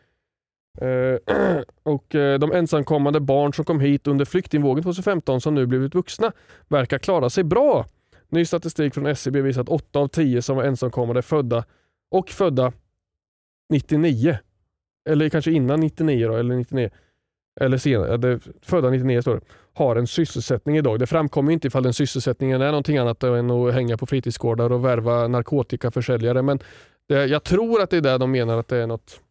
Eh, och eh, de ensamkommande barn som kom hit under flyktingvågen tjugohundrafemton som nu blivit vuxna verkar klara sig bra. Ny statistik från S C B visar att åtta av tio som var ensamkommande födda och födda nittionio, eller kanske innan nittionio då, eller nittionio eller senare, det, födda nittionio står det, har en sysselsättning idag. Det framkommer inte ifall den sysselsättningen är någonting annat än att hänga på fritidsgårdar och värva narkotikaförsäljare, men det, jag tror att det är där de menar att det är något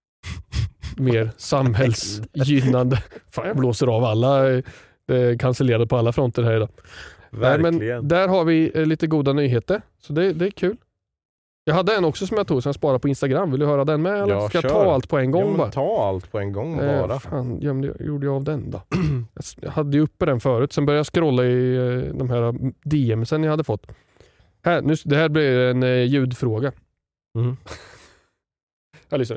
mer samhällsgynnande. Fan, jag blåser av alla, det är cancellerade på alla fronter här idag. Verkligen. Men där har vi lite goda nyheter, så det, det är kul. Jag hade en också som jag tog som jag sparade på Instagram. Vill du höra den med? Eller? Ja, ska jag kör. ta allt på en gång ja, men bara? ta allt på en gång Eh, bara. fan, gömde, gjorde jag av den då? Jag hade ju uppe den förut. Sen började jag scrolla i eh, de här D M sen jag hade fått. Här, nu, det här blir en eh, ljudfråga. Mm. Jag lyssnar.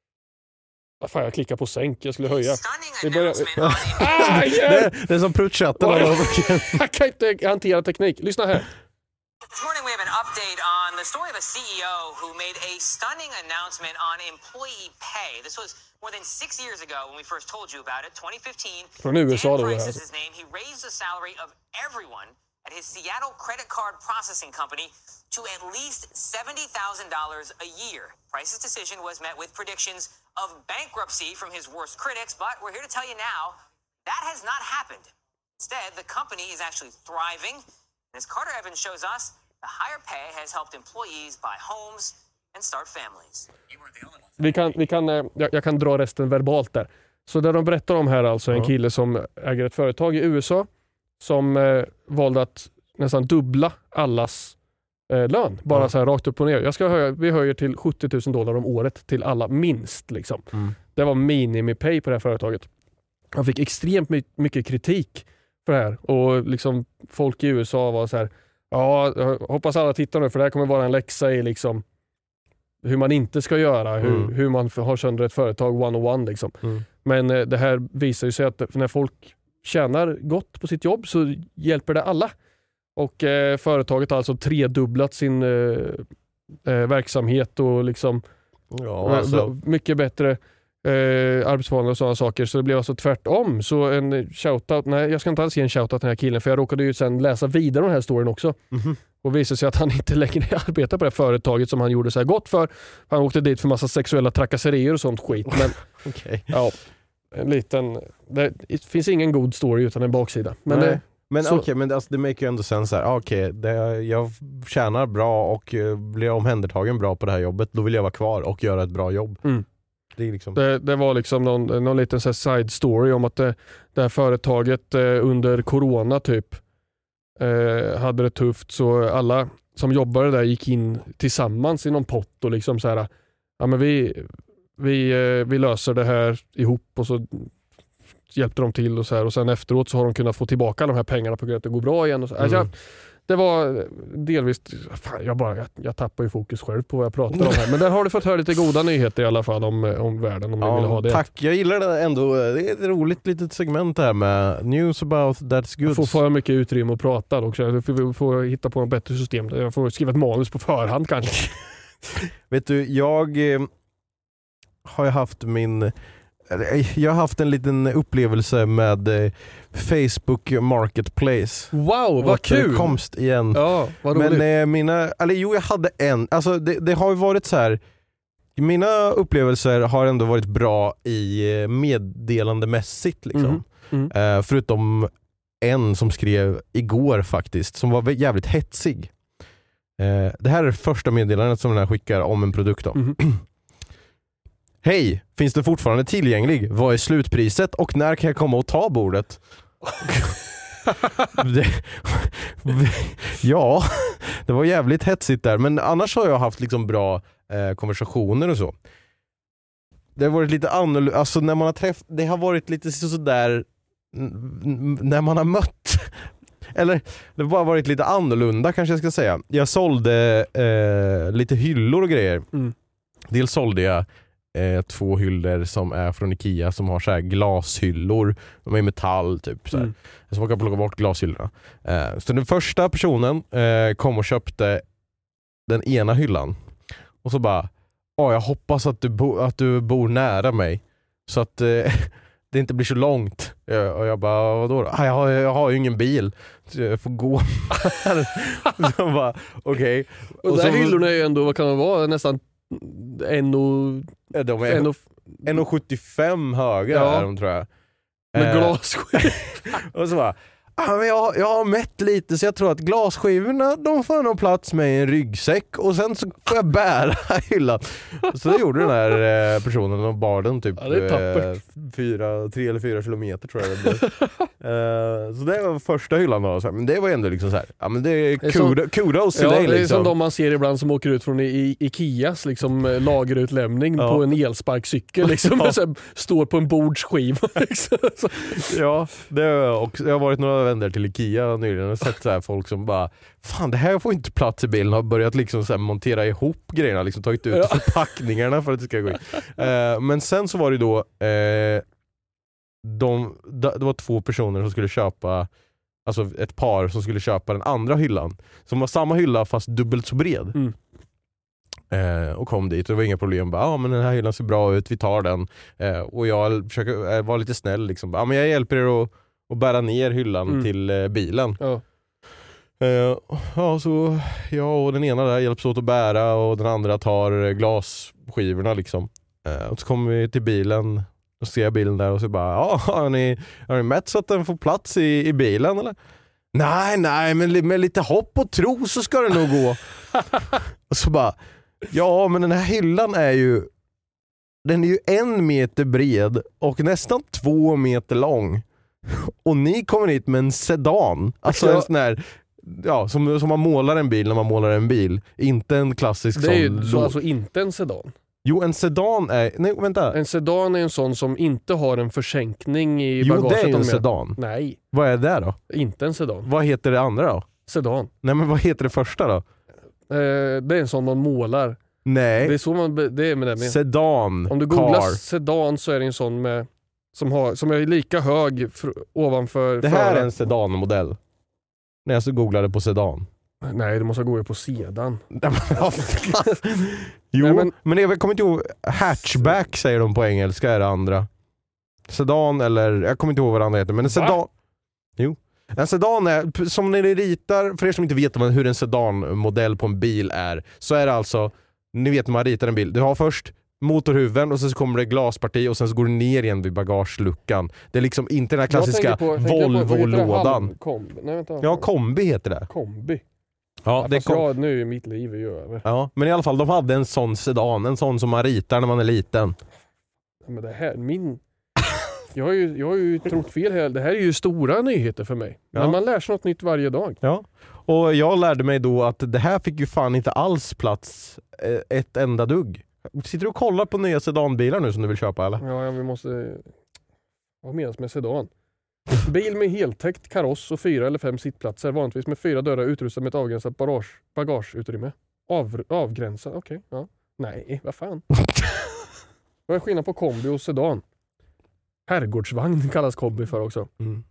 Ah, fan, jag klickar på sänk. Jag skulle höja. Vi börjar... ah, yeah! det, det är som pruttchatten. Jag kan inte hantera teknik. Lyssna här. This morning we have an update on the story of a C E O who made a stunning announcement on employee pay. This was more than six years ago when we first told you about it, twenty fifteen. Från U S A då. Dan Price is his name. He raised the salary of everyone at his Seattle credit card processing company to at least seventy thousand dollars a year. Price's decision was met with predictions of bankruptcy from his worst critics, but we're here to tell you now that has not happened. Instead, the company is actually thriving. As Carter Evans shows us, the higher pay has helped employees buy homes and start families. Vi kan, vi kan, jag, jag kan dra resten verbalt där. Så det de berättar om här alltså en kille som äger ett företag i U S A som eh, valde att nästan dubbla allas eh, lön. Bara mm. så här rakt upp och ner. Jag ska höja, vi höjer till sjuttio tusen dollar om året till alla minst. Liksom. Mm. Det var minimipay på det här företaget. Han fick extremt my- mycket kritik för det här. Och liksom folk i U S A var så här, ja, jag hoppas alla tittar nu för det här kommer vara en läxa i liksom hur man inte ska göra, hur, mm. hur man har sönder ett företag one-on-one liksom. Mm. Men eh, det här visar ju sig att när folk tjänar gott på sitt jobb så hjälper det alla. Och eh, företaget har alltså tredubblat sin eh, eh, verksamhet och liksom ja, alltså. mycket bättre eh, arbetsförhållanden och sådana saker. Så det blev alltså tvärtom. Så en shoutout, nej jag ska inte alls ge en shoutout till den här killen för jag råkade ju sen läsa vidare den här storyn också. Mm-hmm. Och visade sig att han inte längre arbetar på det företaget som han gjorde så här gott för. Han åkte dit för massa sexuella trakasserier och sånt skit. Men okay. ja, en liten, det, det finns ingen god story utan en baksida. Men, nej. det, men okej, okay, men alltså, det make ju ändå sen så här, okej, okay, jag tjänar bra och uh, blir omhändertagen bra på det här jobbet, då vill jag vara kvar och göra ett bra jobb. Mm. Det, är liksom... det, det var liksom någon, någon liten så här side story om att det, det här företaget eh, under corona typ eh, hade det tufft så alla som jobbade där gick in tillsammans i någon pott och liksom så här, ja men vi, vi, eh, vi löser det här ihop och så hjälpte de till och så här och sen efteråt så har de kunnat få tillbaka de här pengarna på grund av att det går bra igen och så. Mm. Alltså, det var delvis fan, jag bara jag, jag tappar ju fokus själv på vad jag pratar om här men där har du fått höra lite goda nyheter i alla fall om, om världen om ja, ni vill ha det. Tack, jag gillar det ändå. Det är ett roligt litet segment här med news about that's good. Jag får för mycket utrymme att prata också. Jag får, får hitta på ett bättre system. Jag får skriva ett manus på förhand kanske. Vet du, jag eh, har ju haft min Jag har haft en liten upplevelse med eh, Facebook Marketplace. Wow, vad kul! Komst igen. Ja, vad roligt. Men eh, mina, eller jo jag hade en, alltså det, det har ju varit så här. Mina upplevelser har ändå varit bra i meddelandemässigt liksom. Mm. Mm. Eh, förutom en som skrev igår faktiskt, som var jävligt hetsig. Eh, det här är det första meddelandet som den här skickar om en produkt då. Mm. Hej, finns det fortfarande tillgänglig? Vad är slutpriset och när kan jag komma och ta bordet? det, ja, det var jävligt hetsigt där. Men annars har jag haft liksom bra eh, konversationer och så. Det har varit lite annorlunda, alltså när man har träffat, det har varit lite sådär n- när man har mött. Eller det har bara varit lite annorlunda kanske jag ska säga. Jag sålde eh, lite hyllor och grejer. Mm. Dels sålde jag Eh, två hyllor som är från Ikea som har så här glashyllor. De är i metall typ så här. Mm. Jag ska plocka bort glashyllorna. Eh, så den första personen eh, kom och köpte den ena hyllan. Och så bara, åh jag hoppas att du, bo- att du bor nära mig. Så att eh, det inte blir så långt. Jag, och jag bara, vadå då? Ah, jag, har, jag har ju ingen bil. Så jag får gå. Så jag bara, okej. Okay. Och, och de här så, hyllorna är ju ändå, vad kan det vara? Nästan en och... De är en komma sjuttiofem höga ja. är de tror jag. Med glasskit. Och så bara, Ja, men jag, jag har mätt lite så jag tror att glasskivorna de får nog plats med i en ryggsäck och sen så får jag bära hyllan. Så det gjorde den här eh, personen och bar den typ ja, det är eh, fyra, tre eller fyra kilometer tror jag det blev. eh, så det var första hyllan då. Men det var ändå liksom så här. Ja, men det är kudos, kudos till ja, dig liksom. Det är liksom. som de man ser ibland som åker ut från I- Ikeas liksom, lagerutlämning ja. på en elsparkcykel liksom, ja. så står på en bordsskiva. Liksom. Ja, det har också, jag har varit några vänner till Ikea nyligen och sett så här folk som bara fan det här får inte plats i bilen, har börjat liksom så här montera ihop grejerna, liksom tagit ut ja. förpackningarna för att det ska gå in. Uh, men sen så var det då uh, de, det var två personer som skulle köpa, alltså ett par som skulle köpa den andra hyllan som var samma hylla fast dubbelt så bred. Mm. Eh, och kom dit och det var inga problem. Ja ah, men den här hyllan ser bra ut, vi tar den. Eh, och jag försöker eh, vara lite snäll liksom. Ja ah, men jag hjälper er att, att bära ner hyllan mm. till eh, bilen. Ja. Eh, ja så jag och den ena där hjälps åt att bära och den andra tar glasskivorna liksom. Eh, och så kommer vi till bilen och ser bilen där och så bara ja har ni, har ni mätt så att den får plats i, i bilen eller? Nej nej men med lite hopp och tro så ska det nog gå. Och så bara ja, men den här hyllan är ju den är ju en meter bred och nästan två meter lång. Och ni kommer hit med en sedan. Alltså ja. en sån här ja, som, som man målar en bil när man målar en bil. Inte en klassisk sån. Det är ju så alltså inte en sedan. Jo, en sedan är... Nej, vänta. En sedan är en sån som inte har en försänkning i jo, bagaget. Jo, det är en med. sedan. Nej. Vad är det då? Inte en sedan. Vad heter det andra då? Sedan. Nej, men vad heter det första då? Eh, det är en sån man målar. Nej. Det är så man det är med det med. Sedan. Om du googlar car. sedan så är det en sån med som har som är lika hög fr- ovanför. Det här för, är en sedanmodell. När jag så googlade på sedan. Nej, du måste gå på sedan. Jo, Nej, men, men jag kommer inte ihåg. Hatchback säger de på engelska är det andra. Sedan eller jag kommer inte ihåg vad det andra heter, men en sedan. Va? Jo. En sedan är, som när ni ritar, för er som inte vet hur en sedanmodell på en bil är, så är det alltså, ni vet när man ritar en bil, du har först motorhuven och sen så kommer det glasparti och sen så går det ner igen vid bagageluckan. Det är liksom inte den här klassiska på, Volvo-lådan. Kombi. Nej, vänta. Ja, kombi heter det. Kombi. Ja, ja, det kom... jag, nu är mitt liv ju över. Ja, men i alla fall, de hade en sån sedan, en sån som man ritar när man är liten. Ja, men det här, min... Jag har, ju, jag har ju trott fel här. Det här är ju stora nyheter för mig. Ja. Men man lär sig något nytt varje dag. Ja, och jag lärde mig då att det här fick ju fan inte alls plats ett enda dugg. Sitter du och kollar på nya sedanbilar nu som du vill köpa eller? Ja, vi måste... Vad menas med sedan? Bil med heltäckt kaross och fyra eller fem sittplatser. Vanligtvis med fyra dörrar utrustad med ett avgränsat bagage, bagageutrymme. Av, avgränsat, okej. Okay, ja. Nej, vad fan. Vad är skillnad på kombi och sedan? Herrgårdsvagn kallas kombi för också. Mm.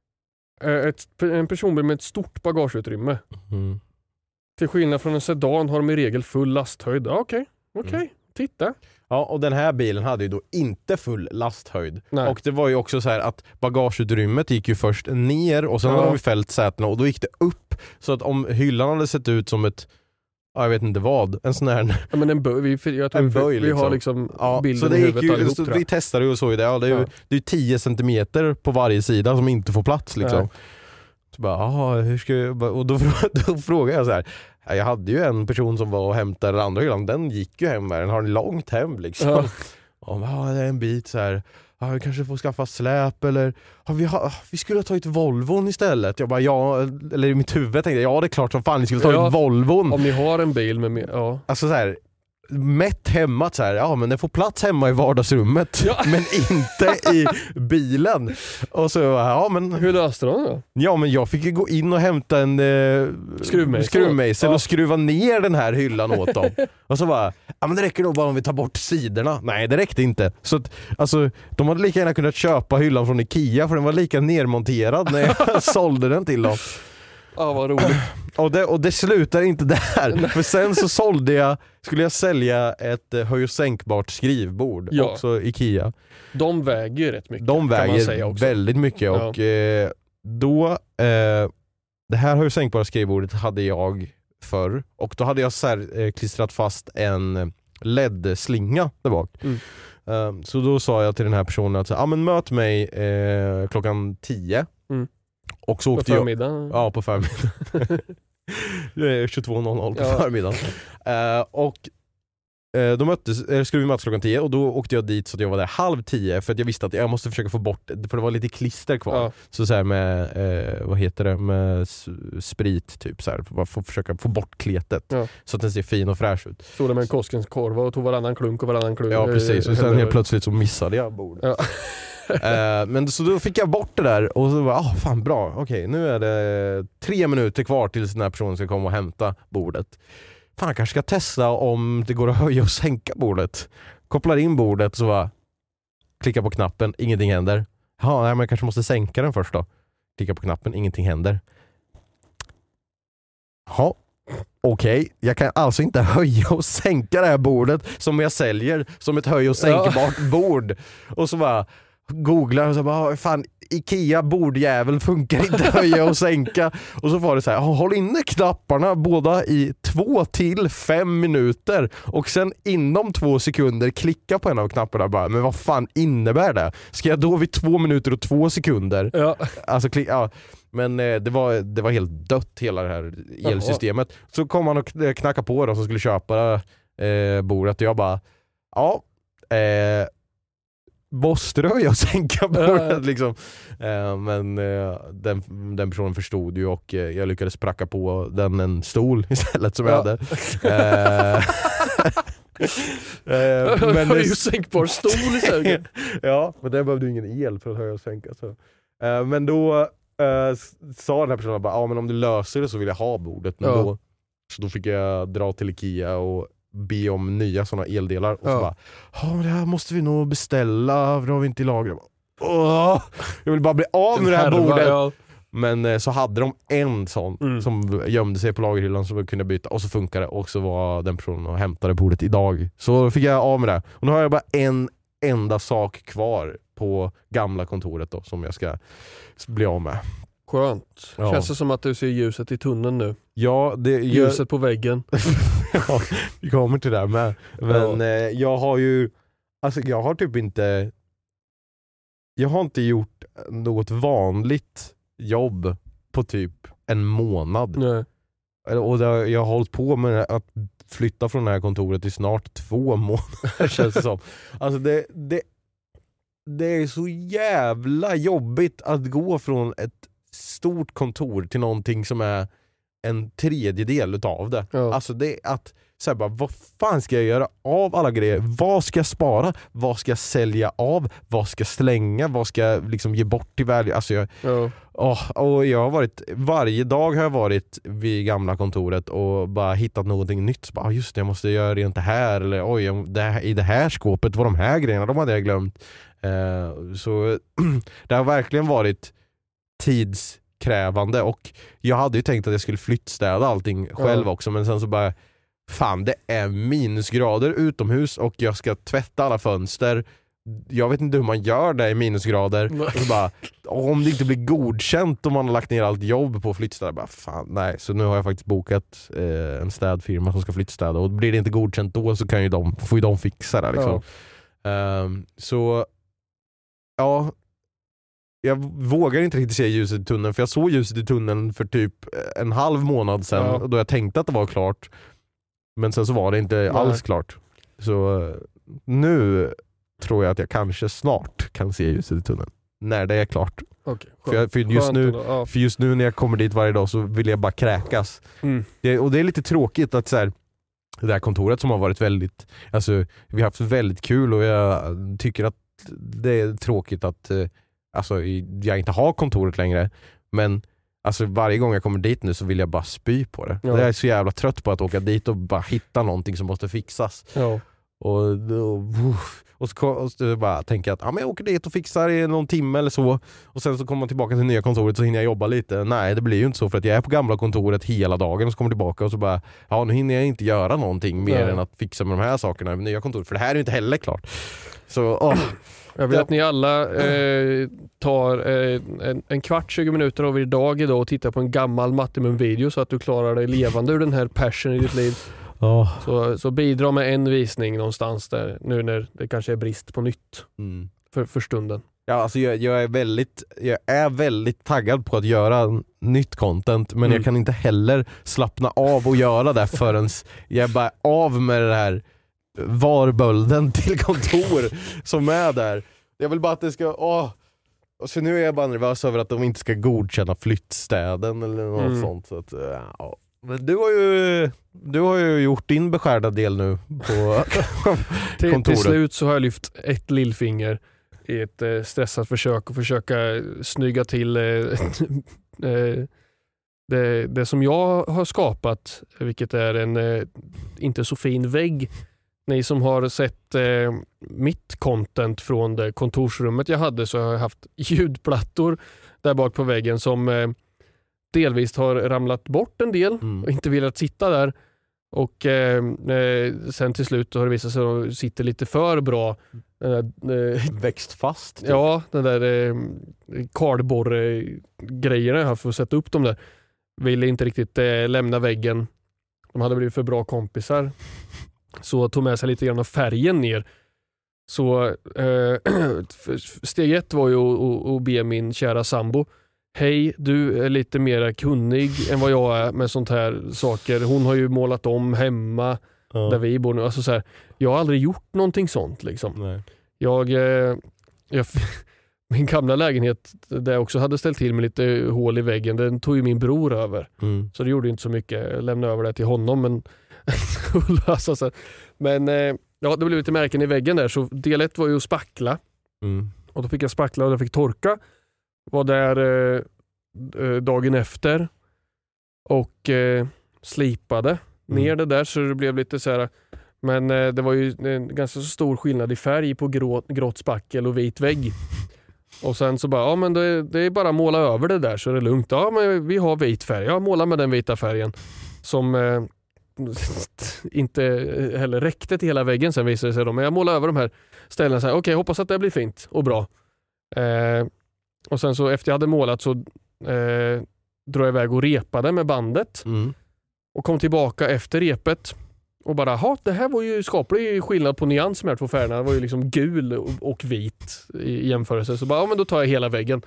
Ett, en personbil med ett stort bagageutrymme. Mm. Till skillnad från en sedan har de i regel full lasthöjd. Okej, okay, okej, okay. mm. Titta. Ja, och den här bilen hade ju då inte full lasthöjd. Nej. Och det var ju också så här att bagageutrymmet gick ju först ner och sen ja. hade vi fällt sätena och då gick det upp. Så att om hyllan hade sett ut som ett, jag vet inte vad, en sån här... Ja, men en böj, vi, jag tror en böj, vi, vi liksom. har liksom ja, bilden så det i gick huvudet ju, allihop, så vi testade ju och så i det. Ja, det är ju ja. det är tio centimeter på varje sida som inte får plats liksom. Ja. Så bara, aha, hur ska jag... Och då, då frågade jag så här. Jag hade ju en person som var och hämtade den andra hyllan. Den gick ju hem med den. Har en långt hem liksom. Ja. Och ja, det är en bit så här. Ja, vi kanske får skaffa släp eller ja, vi, har, vi skulle ha tagit Volvon istället. Jag bara, ja, eller i mitt huvud tänkte jag, ja det är klart som fan ni skulle ha tagit ja, Volvon. Om ni har en bil med mer, ja. Alltså så här, mätt hemma så här, ja men det får plats hemma i vardagsrummet ja. men inte i bilen. Och så ja men hur löste de då? Ja men jag fick ju gå in och hämta en eh, skruvmejsel, skruvmejsel ja. och skruva ner den här hyllan åt dem. Och så bara, ja men det räcker nog bara om vi tar bort sidorna. Nej, det räckte inte. Så att, alltså, de hade lika gärna kunnat köpa hyllan från Ikea för den var lika nermonterad när jag sålde den till dem. Ja, vad roligt. Och det, och det slutar inte där. För sen så sålde jag, skulle jag sälja ett höj- och sänkbart skrivbord. Ja. Också Ikea. De väger ju rätt mycket. De väger kan man säga också. väldigt mycket. Ja. Och eh, då, eh, det här höj- och sänkbara skrivbordet hade jag förr. Och då hade jag så här, eh, klistrat fast en L E D-slinga där bak. Mm. Um, så då sa jag till den här personen att ah, men möt mig eh, klockan tio. Mm. Och så På åkte jag, förmiddagen? ja, på förmiddagen. Det är tjugotvå noll noll på Ja. förmiddagen. Uh, och uh, då möttes, uh, skulle vi mötas klockan tio och då åkte jag dit så att jag var där halv tio för att jag visste att jag måste försöka få bort, för det var lite klister kvar. Ja. Så så här med, uh, vad heter det, med s- sprit typ så här, för att få, försöka få bort kletet. Ja. Så att den ser fin och fräsch ut. Stod där med en Koskens korva och tog varannan klunk och varannan klunk. Ja, precis. Och sen Eh, helt plötsligt så missade jag bordet. Ja. Eh, men så då fick jag bort det där och så var ah fan bra, okej nu är det tre minuter kvar tills den här personen ska komma och hämta bordet. Fan, jag kanske ska testa om det går att höja och sänka bordet. Kopplar in bordet så bara klickar på knappen, ingenting händer. Ja, nej, men jag kanske måste sänka den först då. Klicka på knappen, ingenting händer. Ja, okej, okay. Jag kan alltså inte höja och sänka det här bordet som jag säljer som ett höj- och sänkbart ja. bord. Och så bara googlar och så bara, fan, Ikea bordjävel funkar inte höja och sänka. Och så var det så här, håll inne knapparna båda i två till fem minuter och sen inom två sekunder klicka på en av knapparna bara, men vad fan innebär det? Ska jag då vid två minuter och två sekunder? Ja. Alltså, klick, ja. Men eh, det, var, det var helt dött hela det här elsystemet. Jaha. Så kom han och knackade på då som skulle köpa eh, bordet och jag bara, ja, eh, måste du höja och sänka bordet ja. liksom. Eh, men eh, den, den personen förstod ju och eh, jag lyckades pracka på den en stol istället som ja. jag hade. Eh, eh, men höj och sänkbar stol i sögen. Ja, men det behövde ju ingen el för att höja och sänka. Så. Eh, men då Uh, sa den här personen bara, ja men om du löser det så vill jag ha bordet. Men ja. då, så då fick jag dra till Ikea och be om nya sådana eldelar. Och ja. så bara, ja men det här måste vi nog beställa, för det har vi inte i lager. Åh, jag vill bara bli av med det här härva, bordet. Ja. Men uh, så hade de en sån mm. som gömde sig på lagerhyllan som vi kunde byta. Och så funkade det. Och så var den personen och hämtade bordet idag. Så fick jag av med det. Och nu har jag bara en enda sak kvar på gamla kontoret då, som jag ska bli av med. Skönt. Ja. Känns det som att du ser ljuset i tunneln nu? Ja, det ljuset jag... på väggen. Ja, vi kommer till det här med. Men ja. eh, jag har ju alltså jag har typ inte jag har inte gjort något vanligt jobb på typ en månad. Nej. Och det, jag har hållit på med att flytta från det här kontoret i snart två månader känns det som. Alltså det, det, det är så jävla jobbigt att gå från ett stort kontor till någonting som är en tredjedel utav det. Ja. Alltså det är att så här bara, vad fan ska jag göra av alla grejer? Vad ska jag spara? Vad ska jag sälja av? Vad ska jag slänga? Vad ska jag liksom ge bort till värde? Alltså jag, ja. oh, och jag har varit, varje dag har jag varit vid gamla kontoret och bara hittat någonting nytt. Så bara, just det, jag måste göra rent det här. Eller oj, det här, i det här skåpet var de här grejerna, de hade jag glömt. Uh, så det har verkligen varit tidskrävande och jag hade ju tänkt att jag skulle flyttstäda allting själv ja. också, men sen så bara fan, det är minusgrader utomhus och jag ska tvätta alla fönster. Jag vet inte hur man gör det i minusgrader. Och så bara, om det inte blir godkänt om man har lagt ner allt jobb på flyttstäda, bara fan, nej. Så nu har jag faktiskt bokat eh, en städfirma som ska flyttstäda och blir det inte godkänt då så kan ju de, får ju de fixa det liksom. Ja. Um, så ja, jag vågar inte riktigt se ljuset i tunneln, för jag såg ljuset i tunneln för typ en halv månad sedan ja. då jag tänkte att det var klart. Men sen så var det inte Nej. alls klart. Så nu tror jag att jag kanske snart kan se ljuset i tunneln. När det är klart. Okay, för, jag, för, just nu, för just nu när jag kommer dit varje dag så vill jag bara kräkas. Mm. Det, och det är lite tråkigt att så här, det här kontoret som har varit väldigt, alltså vi har haft väldigt kul och jag tycker att det är tråkigt att alltså, jag inte har kontoret längre. Men alltså varje gång jag kommer dit nu så vill jag bara spy på det. Ja. Jag är så jävla trött på att åka dit och bara hitta någonting som måste fixas. Ja. Och, och, och, så, och så bara tänker jag att ja, men jag åker dit och fixar i någon timme eller så. Och sen så kommer man tillbaka till nya kontoret så hinner jag jobba lite. Nej, det blir ju inte så, för att jag är på gamla kontoret hela dagen och så kommer tillbaka och så bara, ja nu hinner jag inte göra någonting mer ja. än att fixa med de här sakerna i nya kontoret. För det här är ju inte heller klart. Så, åh. Jag vill att ni alla eh, tar eh, en, en kvart, tjugo minuter av er dag idag och tittar på en gammal Mattimum-video så att du klarar dig levande ur den här passion i ditt liv. Oh. Så, så bidra med en visning någonstans där nu när det kanske är brist på nytt mm. för, för stunden. Ja, alltså jag, jag, är väldigt, jag är väldigt taggad på att göra nytt content, men mm. jag kan inte heller slappna av och göra det förrän jag är bara av med det här varbölden till kontor som är där. Jag vill bara att det ska... Åh. Och så nu är jag bara nervös över att de inte ska godkänna flyttstäden eller något mm. sånt. Så att, ja. Men du har ju du har ju gjort din beskärda del nu på till, kontoret. Till slut så har jag lyft ett lillfinger i ett eh, stressat försök att försöka snygga till eh, eh, det, det som jag har skapat, vilket är en eh, inte så fin vägg. Ni som har sett eh, mitt content från det kontorsrummet jag hade, så har jag haft ljudplattor där bak på väggen som eh, delvis har ramlat bort en del mm. och inte velat sitta där. Och eh, sen till slut har det visat sig att de sitter lite för bra. Eh, Växt fast. Typ. Ja, den där eh, kardborre-grejerna jag har för att sätta upp dem där. Ville inte riktigt eh, lämna väggen. De hade blivit för bra kompisar. Så tog med sig lite grann av färgen ner. Så eh, steg ett var ju att, att be min kära sambo: hej, du är lite mer kunnig än vad jag är med sånt här saker. Hon har ju målat om hemma ja. där vi bor nu. Alltså så här, jag har aldrig gjort någonting sånt liksom. Nej. Jag, eh, jag min gamla lägenhet där jag också hade ställt till med lite hål i väggen, den tog ju min bror över. Mm. Så det gjorde inte så mycket. Jag lämnade över det till honom, men alltså, men eh, ja, det blev lite märken i väggen där. Så del ett var ju att spackla. Mm. Och då fick jag spackla och jag fick torka. Var där eh, dagen efter och eh, slipade mm. ner det där, så det blev lite så här. Men eh, det var ju en ganska så stor skillnad i färg på grå, grått spackel och vit vägg. Och sen så bara, ja men det, det är bara att måla över det där så är det lugnt. Ja men vi har vit färg, jag målar med den vita färgen som eh, inte heller räckte till hela väggen sen visade det sig då. Men jag målar över de här ställena så här, okej okay, hoppas att det blir fint och bra. Eh, och sen så efter jag hade målat så eh, drog jag iväg och repade med bandet. Mm. Och kom tillbaka efter repet och bara, ha det här var ju skaplig skillnad på nyans med två färgerna. Det var ju liksom gul och, och vit i jämförelse. Så bara, ja men då tar jag hela väggen.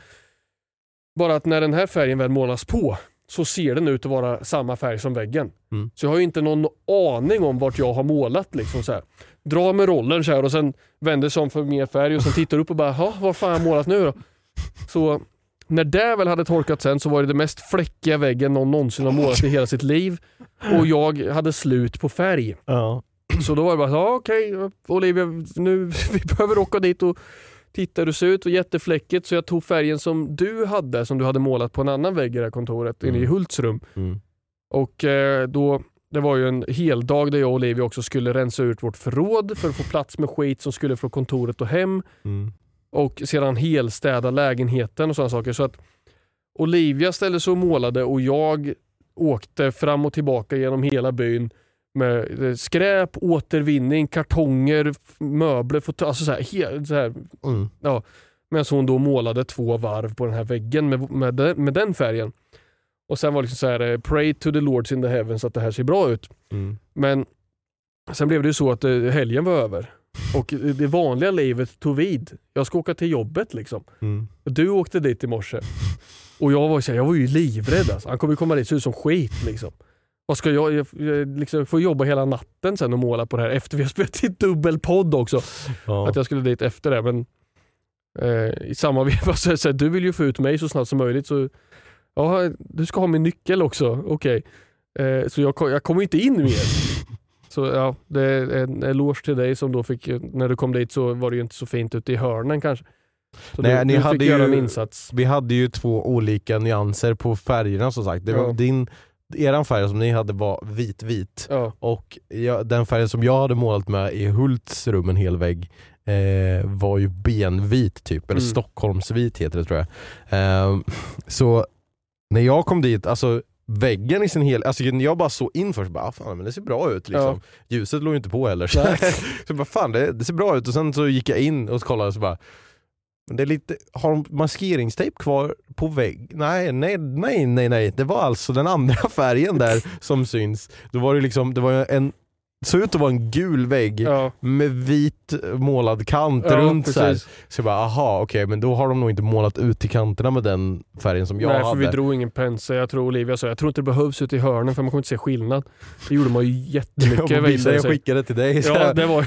Bara att när den här färgen väl målas på så ser den ut att vara samma färg som väggen. Mm. Så jag har ju inte någon aning om vart jag har målat liksom så här. Dra med rollen så här och sen vänder sig om för mer färg och sen tittar upp och bara, ja vad fan har jag målat nu då? Så när det väl hade torkat sen så var det det mest fläckiga väggen någon någonsin har målat i hela sitt liv. Och jag hade slut på färg. Ja. Så då var det bara, ja okej okay, Olivia, nu vi behöver åka dit och titta hur det ser ut och jättefläckigt. Så jag tog färgen som du hade, som du hade målat på en annan vägg i det här kontoret, mm. inne i Hults rum. Mm. Och eh, då, det var ju en hel dag där jag och Olivia också skulle rensa ut vårt förråd för att få plats med skit som skulle från kontoret och hem. Mm. Och sedan helstäda lägenheten och sådana saker. Så att Olivia ställde sig och målade och jag åkte fram och tillbaka genom hela byn med skräp, återvinning, kartonger, möbler, fot- alltså så här, he- så här mm. ja, medan hon då målade två varv på den här väggen med, med, den, med den färgen. Och sen var det liksom så här, pray to the Lords in the heavens att det här ser bra ut. Mm. Men sen blev det ju så att helgen var över. Och det vanliga livet tog vid. Jag ska åka till jobbet liksom. Mm. Du åkte dit i morse. Och jag var, så här, jag var ju livrädd. Alltså. Han kommer komma dit så ut som skit liksom. Vad ska jag, jag, jag liksom, får jobba hela natten sen och måla på det här efter vi har spelat till dubbelpodd också. Ja. Att jag skulle dit efter det. Men eh, i samma veva så, så här, du vill ju få ut mig så snabbt som möjligt. Så ja, du ska ha min nyckel också. Okej. Okay. Eh, så jag, jag kommer inte in mer. Så ja, det är en eloge till dig som då fick, när du kom dit så var det ju inte så fint ute i hörnen kanske. Så Nej, du, ni du hade fick göra ju, en insats. Vi hade ju två olika nyanser på färgerna som sagt. Det var ja. din, eran färg som ni hade var vit-vit. Ja. Och jag, den färgen som jag hade målat med i Hults rum en hel vägg eh, var ju benvit typ. Eller mm. Stockholmsvit heter det tror jag. Eh, så när jag kom dit, alltså väggen i sin hel, alltså jag bara så in först bara, fan men det ser bra ut liksom. Ja. Ljuset låg ju inte på heller. Så, så bara fan det, det ser bra ut och sen så gick jag in och kollade så bara, det är lite, har de maskeringstejp kvar på vägg? Nej, nej, nej, nej, nej. Det var alltså den andra färgen där som syns. Då var det liksom, det var en såg ut att vara en gul vägg ja. med vit målad kant Ja, runt så här. precis. Så jag bara, aha, okej, okay, men då har de nog inte målat ut till kanterna med den färgen som jag Nej, hade. för vi drog ingen pensel. Jag tror Olivia sa, jag tror inte det behövs ute i hörnen för man kan inte se skillnad. Det gjorde man ju jättemycket. Jag, bilden jag skickade till dig. Så ja, det var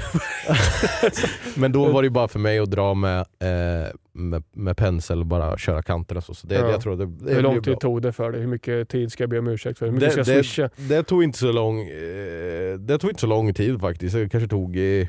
men då var det ju bara för mig att dra med, eh, med, med pensel och bara köra kanterna. Så, så det, ja. jag tror det, det Hur lång tid tid tog det för dig? Hur mycket tid ska jag be om ursäkt för? Hur mycket det, ska jag swisha? Det, det tog inte så lång eh, Det tog inte så lång tid faktiskt. Det kanske tog eh,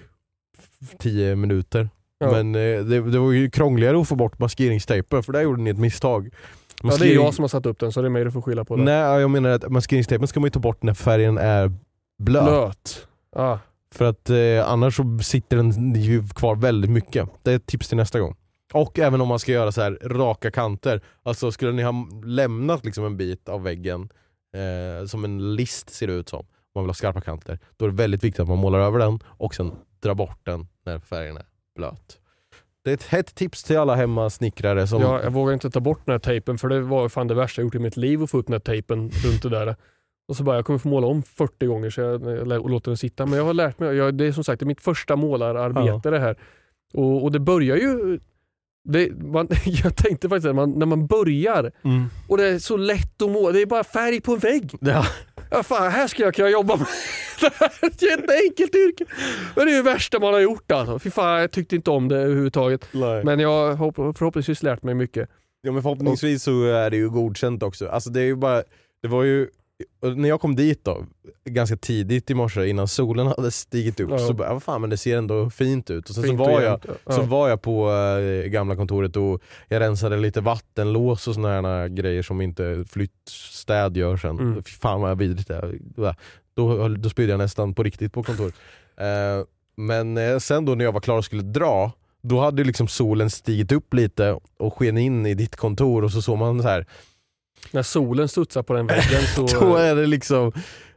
tio minuter. Ja. Men eh, det, det var ju krångligare att få bort maskeringstejpen, för där gjorde ni ett misstag. Maskering... Ja, det är jag som har satt upp den, så det är mig du får skylla på det. Nej, jag menar att maskeringstejpen ska man ju ta bort när färgen är blöt. Blöt. Ah. För att eh, annars så sitter den ju kvar väldigt mycket. Det är ett tips till nästa gång. Och även om man ska göra så här raka kanter. Alltså skulle ni ha lämnat liksom en bit av väggen eh, som en list ser det ut som, om man vill ha skarpa kanter, då är det väldigt viktigt att man målar över den och sen drar bort den när färgen är blöt. Det är ett hett tips till alla hemmasnickrare som... Ja, jag vågar inte ta bort den här tejpen, för det var fan det värsta jag gjort i mitt liv att få upp den här tejpen runt det där. Och så bara, jag kommer få måla om fyrtio gånger så jag, jag låter den sitta. Men jag har lärt mig, jag, det är som sagt det är mitt första målararbete ja. det här. Och, och det börjar ju... Det, man, jag tänkte faktiskt att man, när man börjar mm. och det är så lätt att måla, det är bara färg på en vägg. Ja. Ja, fan, här ska jag kunna jobba med. Det här är ett jätteenkelt yrke. Men det är det värsta man har gjort alltså. Fy fan, jag tyckte inte om det överhuvudtaget. Nej. Men jag har förhoppningsvis lärt mig mycket. Ja, men förhoppningsvis så är det ju godkänt också. Alltså det är ju bara, det var ju, när jag kom dit då, ganska tidigt i morse innan solen hade stigit upp, ja. så bara, vad fan, men det ser ändå fint ut. Och sen fint så, var jag, ja. så var jag på äh, gamla kontoret och jag rensade lite vattenlås och såna här grejer som inte flyttstäd gör sen. Mm. Fy fan vad jag vidrigt det är. Då, då spydde jag nästan på riktigt på kontoret. uh, men uh, sen då när jag var klar och skulle dra, då hade liksom solen stigit upp lite och sken in i ditt kontor och så såg man så här. När solen studsar på den väggen så... då är det liksom...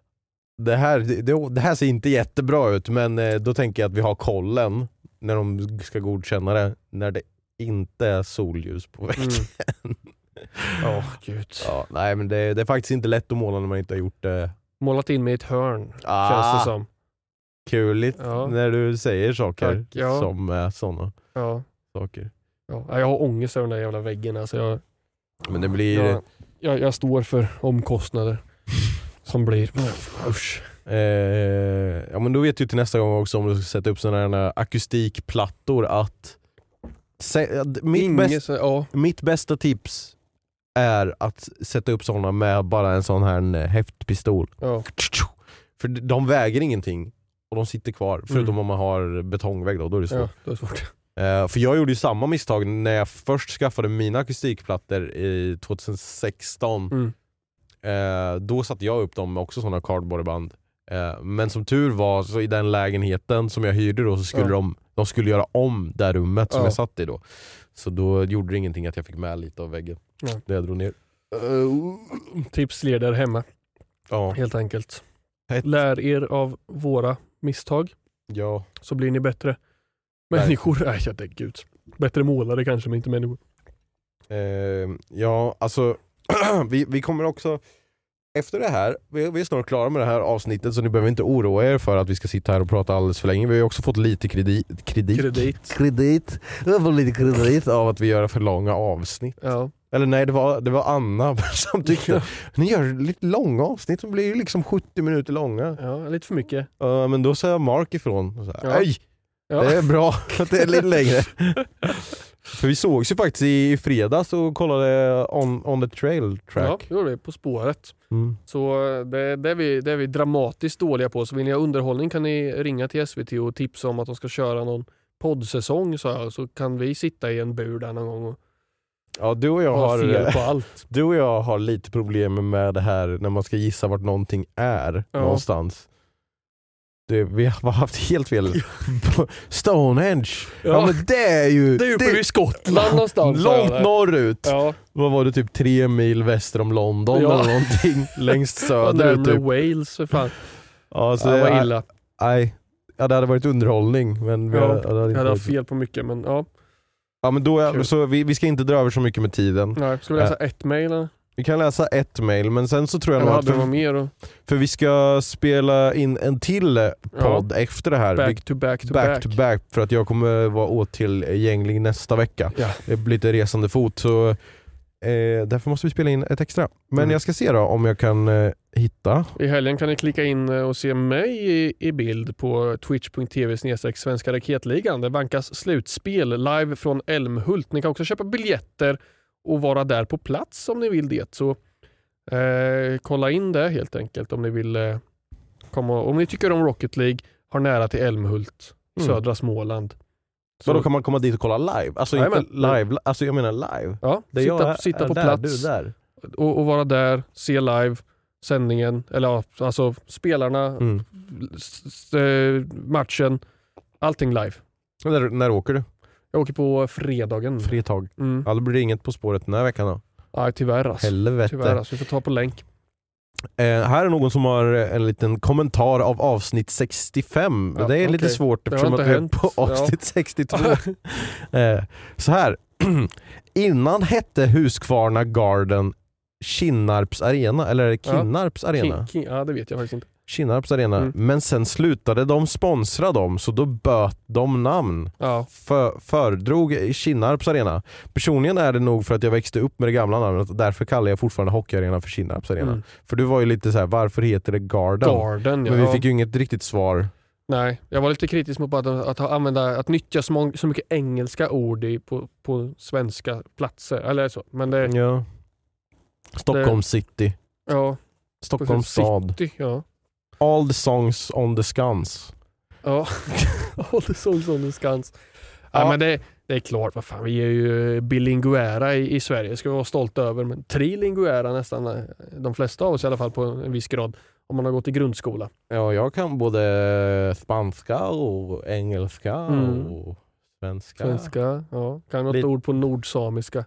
Det här, det, det här ser inte jättebra ut, men eh, då tänker jag att vi har kollen när de ska godkänna det, när det inte är solljus på väggen. Mm. Oh, gud. Ja, nej, men det, det är faktiskt inte lätt att måla när man inte har gjort det. Målat in med ett hörn, ah, känns det som. Kuligt ja. när du säger saker Tack, ja. som är sådana ja. saker. Ja, jag har ångest över den där jävla väggen. Alltså jag, men det blir... Jag, jag, jag står för omkostnader som blir... Usch. Eh, ja, men då vet du till nästa gång också, om du ska sätta upp sådana här akustikplattor, att se, mitt, Inge, bäst, så, ja. mitt bästa tips är att sätta upp sådana med bara en sån här häftpistol. Ja. För de väger ingenting och de sitter kvar, förutom mm. om man har betongvägg då, då är det svårt. Ja, det är svårt. Uh, för jag gjorde ju samma misstag när jag först skaffade mina akustikplattor i tjugohundrasexton. Mm. Uh, då satte jag upp dem med också sådana cardboardband. Uh, men som tur var, så i den lägenheten som jag hyrde då, så skulle ja. de, de skulle göra om det rummet som ja. jag satt i då. Så då gjorde det ingenting att jag fick med lite av väggen. Ja. Det jag drog ner. Uh, tips till er där hemma. Ja. Helt enkelt. Ett. Lär er av våra misstag. Ja. Så blir ni bättre. Människor, nej jag tänker gud. Bättre målare kanske, men inte människor. Eh, ja, alltså vi, vi kommer också efter det här, vi, vi är snart klara med det här avsnittet, så ni behöver inte oroa er för att vi ska sitta här och prata alldeles för länge. Vi har också fått lite kredit Kredit Kredit, kredit. Vi har fått lite kredit av att vi gör för långa avsnitt. Ja. Eller nej, det var, det var Anna som tyckte ja. ni gör lite långa avsnitt som blir ju liksom sjuttio minuter långa. Ja, lite för mycket. uh, Men då sa Mark ifrån och så här, ja. Aj! Ja. Det är bra att det är lite längre. För vi sågs ju faktiskt i fredags och kollade on, on the trail track. Ja, det gjorde vi på spåret. Mm. Så det, det, är vi, det är vi dramatiskt dåliga på. Så vill ni ha underhållning kan ni ringa till S V T och tipsa om att de ska köra någon poddsäsong. Så, så kan vi sitta i en bur där någon gång och ja, du och jag ha har fel på allt. Du och jag har lite problem med det här när man ska gissa vart någonting är ja. någonstans. Det, vi har haft helt fel. Stonehenge. Ja. ja men det är ju... Det är ju uppe vid Skottland någonstans. Långt norrut. Ja. Vad var det, typ tre mil väster om London ja. eller någonting. Längst söderut. Typ. Wales för fan. Ja, så ja, det var illa. Nej, ja, det hade varit underhållning. Men vi ja, hade, hade jag hade haft fel på mycket, men ja. Ja, men då är, så vi, vi ska inte dra över så mycket med tiden. Nej, ska vi läsa uh, ett mejl? Vi kan läsa ett mail, men sen så tror jag, jag nog hade att för, mer och... för vi ska spela in en till podd ja. efter det här. Back vi, to back to back, back. to back. För att jag kommer vara åtillgänglig nästa vecka. Ja. Det blir lite resande fot, så eh, därför måste vi spela in ett extra. Men mm. jag ska se då om jag kan eh, hitta. I helgen kan ni klicka in och se mig i, i bild på twitch punkt tv snedstreck svenska raketligan. Det vankas slutspel live från Älmhult. Ni kan också köpa biljetter och vara där på plats om ni vill det. Så eh, kolla in det helt enkelt om ni vill eh, komma. Om ni tycker om Rocket League, har nära till Älmhult, mm. södra Småland. Så då kan man komma dit och kolla live? Alltså Nej, inte men, live, alltså jag menar live. Ja, det sitta, jag är, sitta är på där, plats du där. Och, och vara där, se live sändningen, eller ja, alltså spelarna, mm. s- s- matchen, allting live. När, när åker du? Jag åker på fredagen. Fritag. Mm. Ja, då blir det inget På spåret den här veckan då. Nej, tyvärr alltså. Helvete. Tyvärr alltså, vi får ta på länk. Eh, här är någon som har en liten kommentar av avsnitt sextiofem. Ja, det är okay. lite svårt eftersom att vi är på avsnitt ja. sextiotvå. eh, så här. Innan hette Huskvarna Garden Kinnarps arena, eller är det Kinnarps ja. arena? King, King, ja, det vet jag faktiskt inte. Kinnarps arena, mm. men sen slutade de sponsra dem, så då böt de namn. Ja. För, föredrog Kinnarps arena. Personligen är det nog för att jag växte upp med det gamla namnet och därför kallar jag fortfarande hockeyarena för Kinnarps arena. Mm. För du var ju lite så här, varför heter det Garden? Garden, ja. Men vi fick ju inget riktigt svar. Nej, jag var lite kritisk mot att, att, att använda, att nyttja så, många, så mycket engelska ord i, på, på svenska platser, eller så. Men det, ja. Stockholm det, City. Ja. Stockholm stad. City, ja. All the songs on the Scans. Ja, all the songs on the Scans. Ja, ja men det, det är klart, vad fan, vi är ju bilinguära i, i Sverige, ska vi vara stolta över, men trilinguära nästan, de flesta av oss i alla fall på en viss grad, om man har gått i grundskola. Ja, jag kan både spanska och engelska mm. och svenska. Svenska, ja. Kan något Lite... ord på nordsamiska.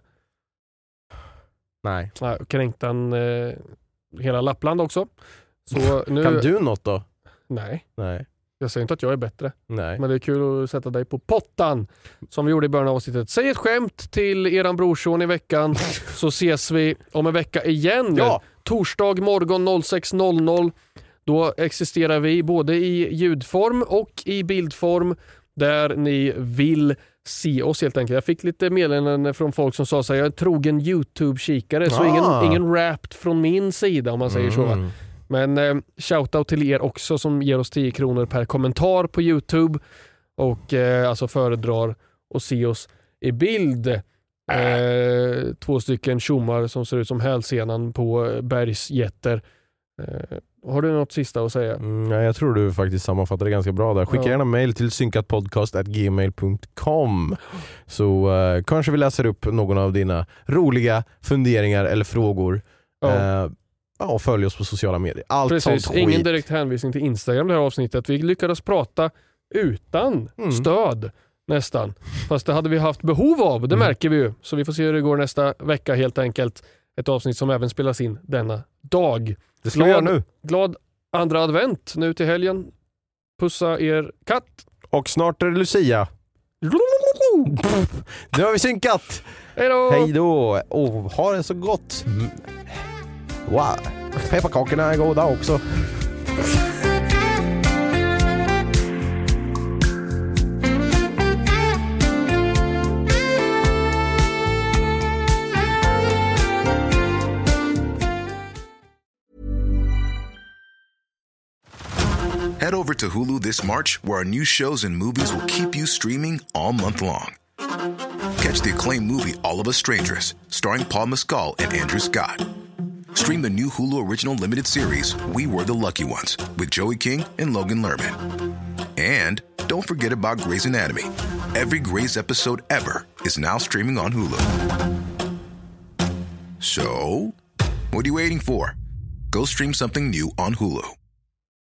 Nej. Nej, kränktan eh, hela Lappland också. Så nu... Kan du något då? Nej. Nej. Jag säger inte att jag är bättre. Nej. Men det är kul att sätta dig på pottan. Som vi gjorde i början av avsnittet. Säg ett skämt till eran brorson i veckan. Så ses vi om en vecka igen. Ja. Torsdag morgon sex noll noll. Då existerar vi både i ljudform och i bildform. Där ni vill se oss helt enkelt. Jag fick lite meddelanden från folk som sa så här, jag är en trogen YouTube-kikare. Så ah. ingen, ingen rap från min sida om man säger mm. så va. Men eh, shoutout till er också som ger oss tio kronor per kommentar på YouTube och eh, alltså föredrar att se oss i bild. Eh, två stycken tjommar som ser ut som hälsenan på bergsjätter. Eh, har du något sista att säga? Mm, ja, jag tror du faktiskt sammanfattar det ganska bra där. Skicka ja. gärna mail till synkatpodcast at gmail punkt com så eh, kanske vi läser upp någon av dina roliga funderingar eller frågor. Ja. Eh, Ja, följ oss på sociala medier. Allt Precis, sånt ingen skit. direkt hänvisning till Instagram det här avsnittet. Vi lyckades prata utan mm. stöd nästan. Fast det hade vi haft behov av, det mm. märker vi ju. Så vi får se hur det går nästa vecka helt enkelt. Ett avsnitt som även spelas in denna dag. Det ska vi göra nu. Glad andra advent nu till helgen. Pussa er katt. Och snart är det Lucia. Nu har vi synkat. Hej då! Hej då! Och ha det så gott. Wow, pepparkakorna är goda också. Head over to Hulu this March, where our new shows and movies will keep you streaming all month long. Catch the acclaimed movie All of Us Strangers, starring Paul Mescal and Andrew Scott. Stream the new Hulu original limited series, We Were the Lucky Ones, with Joey King and Logan Lerman. And don't forget about Grey's Anatomy. Every Grey's episode ever is now streaming on Hulu. So, what are you waiting for? Go stream something new on Hulu.